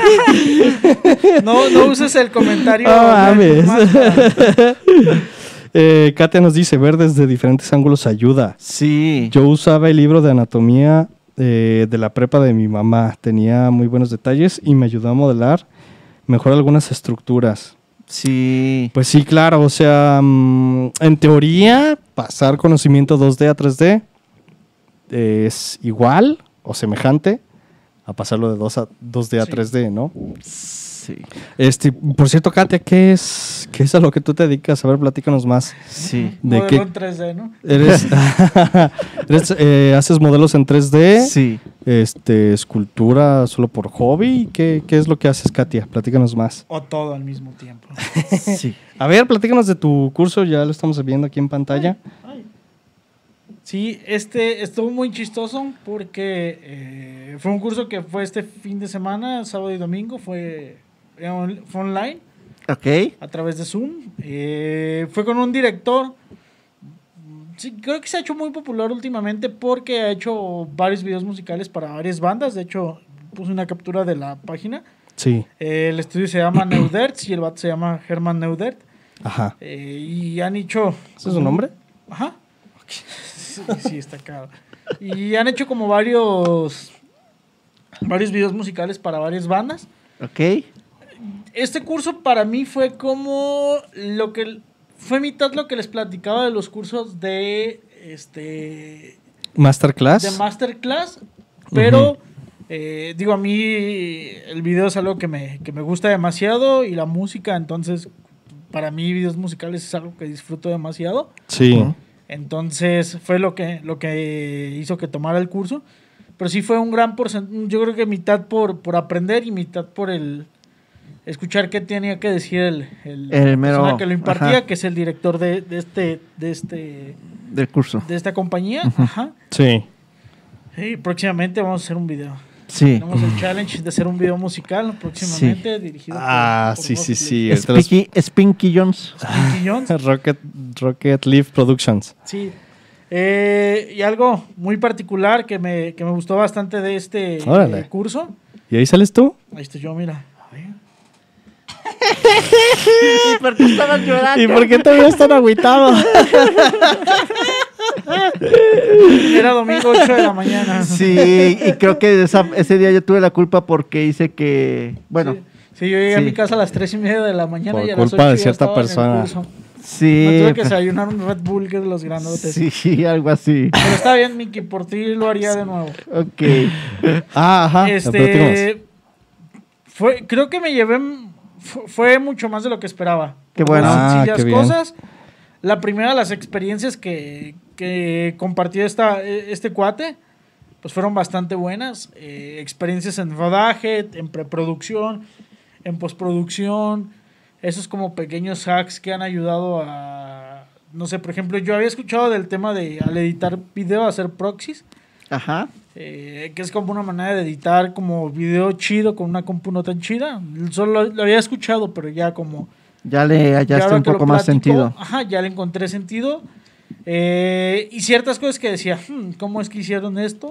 No, no uses el comentario. No mames. más para- Eh, Katia nos dice, ver desde diferentes ángulos ayuda. Sí. Yo usaba el libro de anatomía eh, de la prepa de mi mamá. Tenía muy buenos detalles y me ayudó a modelar mejor algunas estructuras. Sí. Pues sí, claro. O sea, mm, en teoría, pasar conocimiento dos D a tres D es igual o semejante a pasarlo de dos a dos D a Sí. tres D, ¿no? Sí. Este, por cierto, Katia, ¿qué es, qué es a lo que tú te dedicas? A ver, platícanos más. Sí. ¿De modelo qué? en tres D, ¿no? Eres, eres, eh, haces modelos en tres D, Sí. este, escultura solo por hobby. ¿Qué, qué es lo que haces, Katia? Platícanos más. O todo al mismo tiempo. Sí. A ver, platícanos de tu curso, ya lo estamos viendo aquí en pantalla. Sí, este estuvo muy chistoso porque eh, fue un curso que fue este fin de semana, sábado y domingo, fue, eh, on- fue online Ok. a través de Zoom. Eh, fue con un director. Sí, creo que se ha hecho muy popular últimamente porque ha hecho varios videos musicales para varias bandas. De hecho, puse una captura de la página. Sí, Eh, el estudio se llama Neudertz y el vato se llama Hermann Neudert. ajá. Eh, y han hecho... ¿Ese es su nombre? Ajá. Sí, sí, está claro. Y han hecho como varios varios videos musicales para varias bandas. Ok. Este curso para mí fue como lo que fue mitad lo que les platicaba de los cursos de este Masterclass. de masterclass, pero eh, digo, a mí el video es algo que me, que me gusta demasiado y la música, entonces para mí videos musicales es algo que disfruto demasiado. Sí. Ujú. Entonces fue lo que, lo que hizo que tomara el curso. Pero sí fue un gran porcentaje, yo creo que mitad por, por aprender y mitad por el escuchar qué tenía que decir el, el, El la mero- persona que lo impartía, ajá. que es el director de, de este, de este, Del curso. de esta compañía. Ajá. Sí. Sí, próximamente vamos a hacer un video. Sí. Tenemos el challenge de hacer un video musical próximamente dirigido Ah, por, por sí, sí, Rocket sí. League. Ahorita los- Spinky, Spinky Jones. Pinky Jones. Rocket, Rocket Leaf Productions. Sí. Eh, y algo muy particular que me, que me gustó bastante de este Órale. eh, curso. ¿Y ahí sales tú? Ahí estoy yo, mira. A ver. ¿Y por qué estabas llorando? ¿Y por qué te veías tan agüitado? Era domingo ocho de la mañana. Sí, y creo que esa- ese día yo tuve la culpa porque hice que, bueno, Sí, sí, yo llegué a Sí. mi casa a las tres y media de la mañana Por y a las culpa ocho de ya cierta estaba en el persona. curso. Sí. Me tuve que desayunar un Red Bull, que es de los grandotes. Sí, algo así. Pero está bien, Miki, por ti lo haría de nuevo. Ok. Ah, ajá. platícanos. Este, fue, creo que me llevé, fue, fue mucho más de lo que esperaba. Qué Por bueno. las Ah, sencillas qué bien. cosas. La primera, las experiencias que, que compartió esta, este cuate, pues fueron bastante buenas. Eh, experiencias en rodaje, en preproducción, en postproducción. Esos como pequeños hacks que han ayudado a... No sé, por ejemplo, yo había escuchado del tema de al editar video, hacer proxies. Ajá. Eh, que es como una manera de editar como video chido con una compu no tan chida. Solo lo, lo había escuchado, pero ya como... Ya le ya hallaste ahora un que lo poco más platico, sentido. Ajá, ya le encontré sentido. Eh, y ciertas cosas que decía, hmm, ¿cómo es que hicieron esto?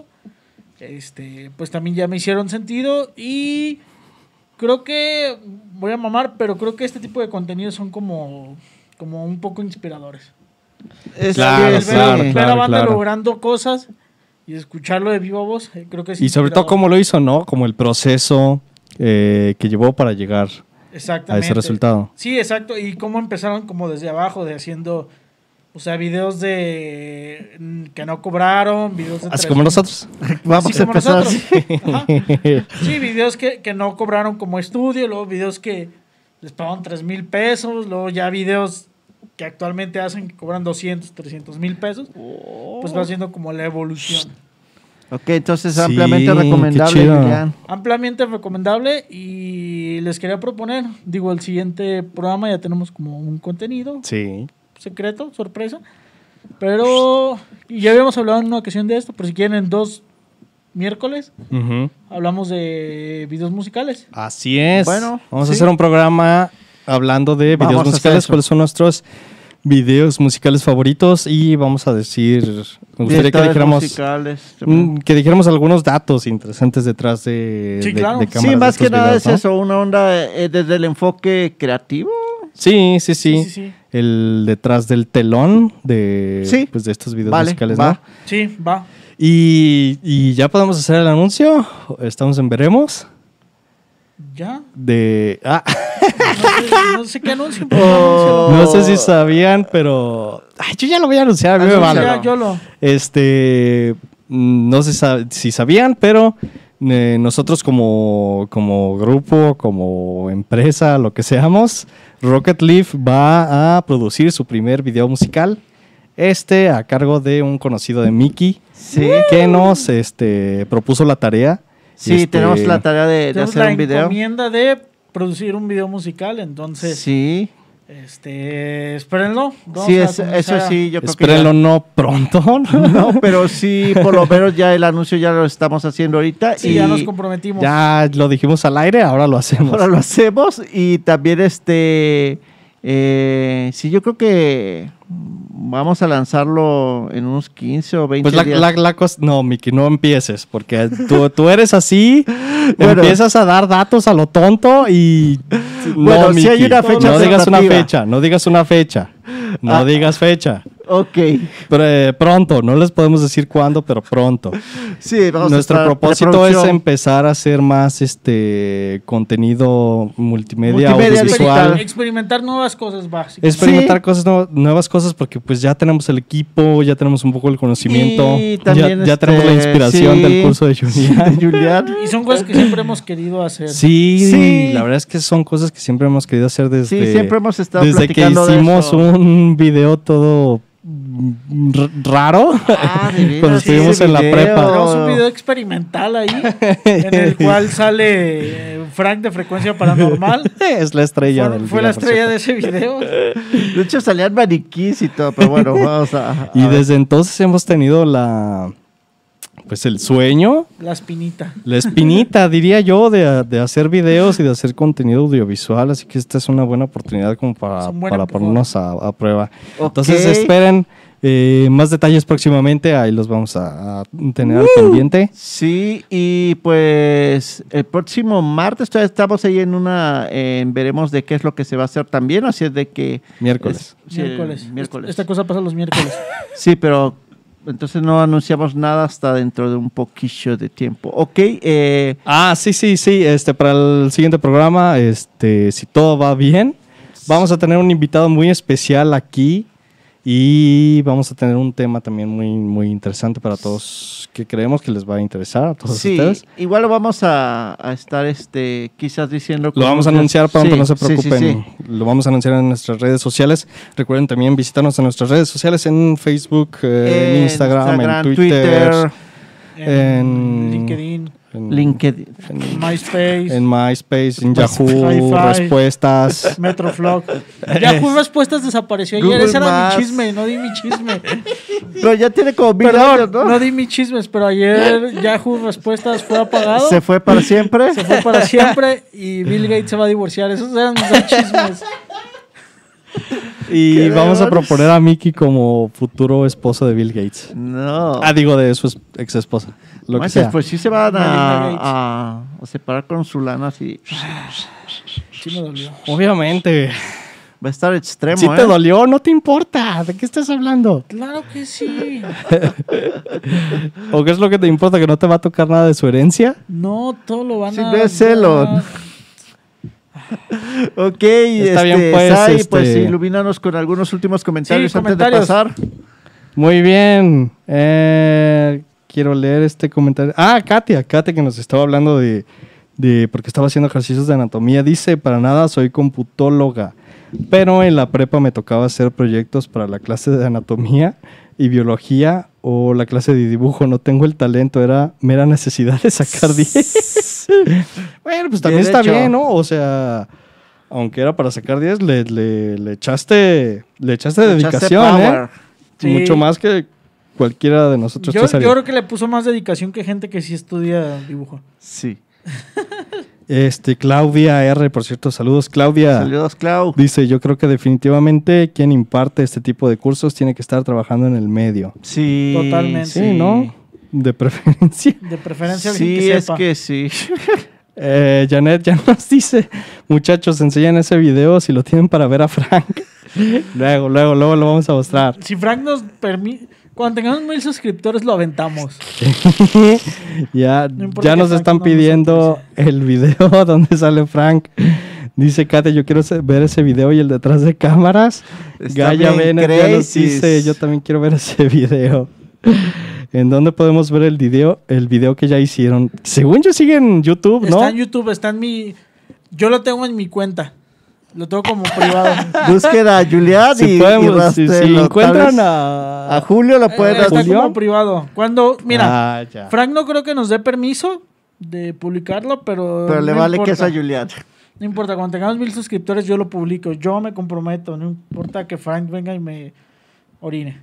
Este, pues también ya me hicieron sentido. Y creo que, voy a mamar, pero creo que este tipo de contenidos son como, como un poco inspiradores. Es Claro, que El sí. ver, a- claro, ver a claro, banda claro. logrando cosas y escucharlo de viva voz, eh, creo que es Y sobre todo inspirador. cómo lo hizo, ¿no? Como el proceso eh, que llevó para llegar a Exactamente. ese resultado. Sí, exacto. Y cómo empezaron como desde abajo, de haciendo, o sea, videos de mm, que no cobraron, videos de Así tres como mil. nosotros. Vamos Así a como empezar nosotros. así. Ajá. Sí, videos que, que no cobraron como estudio, luego videos que les pagaron tres mil pesos, luego ya videos que actualmente hacen que cobran doscientos, trescientos mil pesos, pues va haciendo como la evolución. Ok, entonces Sí, ampliamente qué recomendable, chido. Julián. Ampliamente recomendable y les quería proponer, digo, el siguiente programa ya tenemos como un contenido Sí. secreto, sorpresa, pero y ya habíamos hablado en una ocasión de esto, pero si quieren en dos miércoles Ujú. hablamos de videos musicales. Así es. Bueno, Vamos sí. a hacer un programa hablando de Vamos videos a hacer musicales, eso. cuáles son nuestros videos musicales favoritos y vamos a decir, me gustaría que Directores dijéramos, musicales. mm, que dijéramos algunos datos interesantes detrás de, Sí, de- claro. de Sí, cámaras Sí, de más que estos nada videos, es ¿no? eso, una onda eh, desde el enfoque creativo. Sí, sí, sí, Sí, sí, sí. El detrás del telón de, Sí. pues, de estos videos Vale, musicales, va. ¿no? Sí, va. Y, y ya podemos hacer el anuncio. Estamos en Veremos. Ya. De. Ah, No sé, no sé qué anuncio. pero Oh. no sé si sabían, pero. Ay, yo ya lo voy a anunciar, a mí me Anúncialo. vale. Ya, yo lo. Este. mm, No sé sa- si sabían, pero eh, nosotros como, como grupo, como empresa, lo que seamos, Rocket Leaf va a producir su primer video musical. Este a cargo de un conocido de Mickey, Sí. que nos este, propuso la tarea. Sí, Este, tenemos la tarea de, de Tenemos hacer la un video. encomienda de producir un video musical, entonces, Sí, este, espérenlo. Vamos sí a es- comenzar eso a- sí, yo creo Espérenlo que no pronto. ya. No, pero sí, por lo menos ya el anuncio ya lo estamos haciendo ahorita. Sí, y ya nos comprometimos. Ya lo dijimos al aire, ahora lo hacemos. ahora lo hacemos. Y también este... eh, sí, yo creo que vamos a lanzarlo en unos quince o veinte Pues la, días. la, la cosa, no, Miki, no empieces, porque tú, tú eres así, Bueno. empiezas a dar datos a lo tonto y... Bueno, no, sí hay Miki, una fecha no digas una tentativa. fecha, no digas una fecha, no Ah. digas fecha. Ok. Pero, eh, pronto, no les podemos decir cuándo, pero pronto. Sí, vamos Nuestro a estar propósito es preproducción. empezar a hacer más este contenido multimedia, Multimedia audiovisual. digital. Experimentar nuevas cosas básicas. Experimentar Sí. cosas nuevas, nuevas cosas porque pues ya tenemos el equipo, ya tenemos un poco el conocimiento, Y también, ya, ya tenemos la este, inspiración sí, del curso de Julián. de Julián. Y son cosas que siempre hemos querido hacer. Sí, Sí. la verdad es que son cosas que siempre hemos querido hacer desde, Sí, siempre hemos estado desde que platicando de hicimos eso. un video todo mm, r- raro Ah, de veras, cuando sí, estuvimos ese en la video. prepa. Tenemos un video experimental ahí, en el cual sale eh, Frank de Frecuencia Paranormal. Es la estrella Fue, del fue la video, por estrella cierto. de ese video. De hecho, salían maniquís y todo, pero bueno, vamos a... a Y ver. desde entonces hemos tenido la pues el sueño, La espinita. la espinita, diría yo, de, de hacer videos y de hacer contenido audiovisual. Así que esta es una buena oportunidad como para, Es un buen para empujón. ponernos a, a prueba. Ok. Entonces esperen eh, más detalles próximamente. Ahí los vamos a, a tener al pendiente. Sí, y pues el próximo martes todavía estamos ahí en una... en veremos de qué es lo que se va a hacer también, así es de que... Miércoles. es- sí, el Miércoles. miércoles. Esta cosa pasa los miércoles. Sí, pero entonces no anunciamos nada hasta dentro de un poquillo de tiempo. Ok, eh, Ah, sí, sí, sí. Este, para el siguiente programa, este, si todo va bien, Vamos a tener un invitado muy especial aquí y vamos a tener un tema también muy, muy interesante para todos que creemos que les va a interesar a todos Sí, ustedes. igual lo vamos a, a estar este, quizás diciendo... Lo vamos a cómo- anunciar pronto, Sí, no se sí, sí, preocupen. sí. Lo vamos a anunciar en nuestras redes sociales. Recuerden también visitarnos en nuestras redes sociales, en Facebook, eh, en En Instagram, en Twitter, en LinkedIn, en, LinkedIn. en- MySpace, en MySpace, en Pues, Yahoo, Hi-Fi. respuestas. Metroflog. Yahoo Respuestas desapareció ayer. Google Ese era Maps. mi chisme, no di mi chisme. Pero ya tiene como mil Perdón, años, ¿no? no di mi chismes, pero ayer Yahoo Respuestas fue apagado. Se fue para siempre. Se fue para siempre y Bill Gates se va a divorciar. Esos eran mis dos chismes. Y ¿Qué vamos a demonios? proponer a Mickey como futuro esposo de Bill Gates. No. Ah, digo, de su ex esposa. Lo que Manches, sea. pues sí se van Melinda a, Gates. a, a separar con su lana así. Sí me dolió. Obviamente. Va a estar extremo, Si ¿eh? te dolió, no te importa. ¿De qué estás hablando? Claro que sí. ¿O qué es lo que te importa? ¿Que no te va a tocar nada de su herencia? No, todo lo van Sí, a... ve, celo. Ok, Está este, bien, pues, Sai, este- pues ilumínanos con algunos últimos comentarios Sí, antes comentarios. de pasar. Muy bien. Eh, quiero leer este comentario. Ah, Katia. Katia que nos estaba hablando de, de... Porque estaba haciendo ejercicios de anatomía. Dice, para nada soy computóloga. Pero en la prepa me tocaba hacer proyectos para la clase de anatomía y biología o la clase de dibujo. No tengo el talento, era mera necesidad de sacar diez. Bueno, pues también Bien está hecho. bien, ¿no? O sea, aunque era para sacar diez, le, le, le echaste, le echaste Le echaste dedicación, ¿eh? power. Sí. Mucho más que cualquiera de nosotros. Yo, tres haría. yo creo que le puso más dedicación que gente que sí estudia dibujo. Sí. Este, Claudia R, por cierto, saludos, Claudia. Saludos, Clau. Dice, yo creo que definitivamente quien imparte este tipo de cursos tiene que estar trabajando en el medio. Sí. Totalmente. Sí, ¿no? De preferencia. De preferencia alguien Sí, que es sepa. que sí. Eh, Janet ya nos dice, muchachos, enseñan ese video si lo tienen para ver a Frank. luego, luego, luego lo vamos a mostrar. Si Frank nos permite... Cuando tengamos mil suscriptores lo aventamos. ya No importa ya que nos Frank están no nos pidiendo autorice. el video donde sale Frank. Dice Kate, yo quiero se- ver ese video y el detrás de cámaras. Está Gaya bien Bennett ya nos crazy. dice, yo también quiero ver ese video. ¿En dónde podemos ver el video? El video que ya hicieron. Según yo sigue en YouTube, ¿no? Está en YouTube, está en mi... Yo lo tengo en mi cuenta. Lo tengo como privado. Búsqueda a Julián Si, y, y podemos, si, si rástrelo. Tal encuentran vez a... a Julio lo Eh, pueden está Julio? como privado. Cuando... Mira, Ah, ya. Frank no creo que nos dé permiso de publicarlo, pero... Pero le no vale que es importa. a Julián. No importa, cuando tengamos mil suscriptores yo lo publico. Yo me comprometo. No importa que Frank venga y me orine.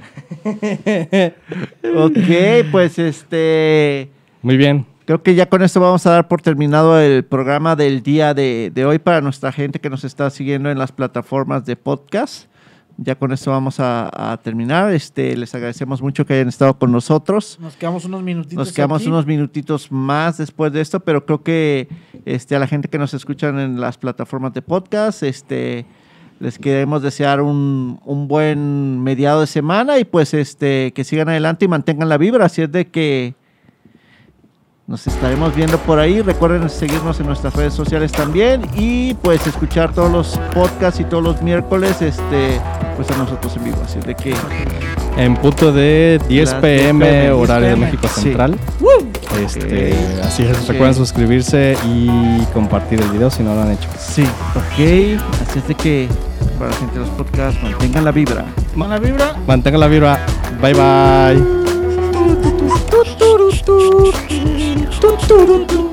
Ok, pues este... Muy bien. Creo que ya con esto vamos a dar por terminado el programa del día de, de hoy para nuestra gente que nos está siguiendo en las plataformas de podcast. Ya con esto vamos a, a terminar. Este, les agradecemos mucho que hayan estado con nosotros. Nos quedamos unos minutitos Nos quedamos aquí. unos minutitos más después de esto, pero creo que este, a la gente que nos escuchan en las plataformas de podcast, este, les queremos desear un, un buen mediado de semana y pues este, que sigan adelante y mantengan la vibra. Así es de que nos estaremos viendo por ahí. Recuerden seguirnos en nuestras redes sociales también y pues escuchar todos los podcasts y todos los miércoles este, pues a nosotros en vivo. Así es de que En punto de diez Las p m diez p m, horario de diez p m. México Sí. Central. Este, Ok. así es, Ok. recuerden suscribirse y compartir el video si no lo han hecho. sí, ok. Así es de que para la gente de los podcasts mantengan la vibra. Con la vibra. Mantengan la vibra. Bye bye. Tu, tu, tu, tu, tu, tu, tu, tu, tu, tu.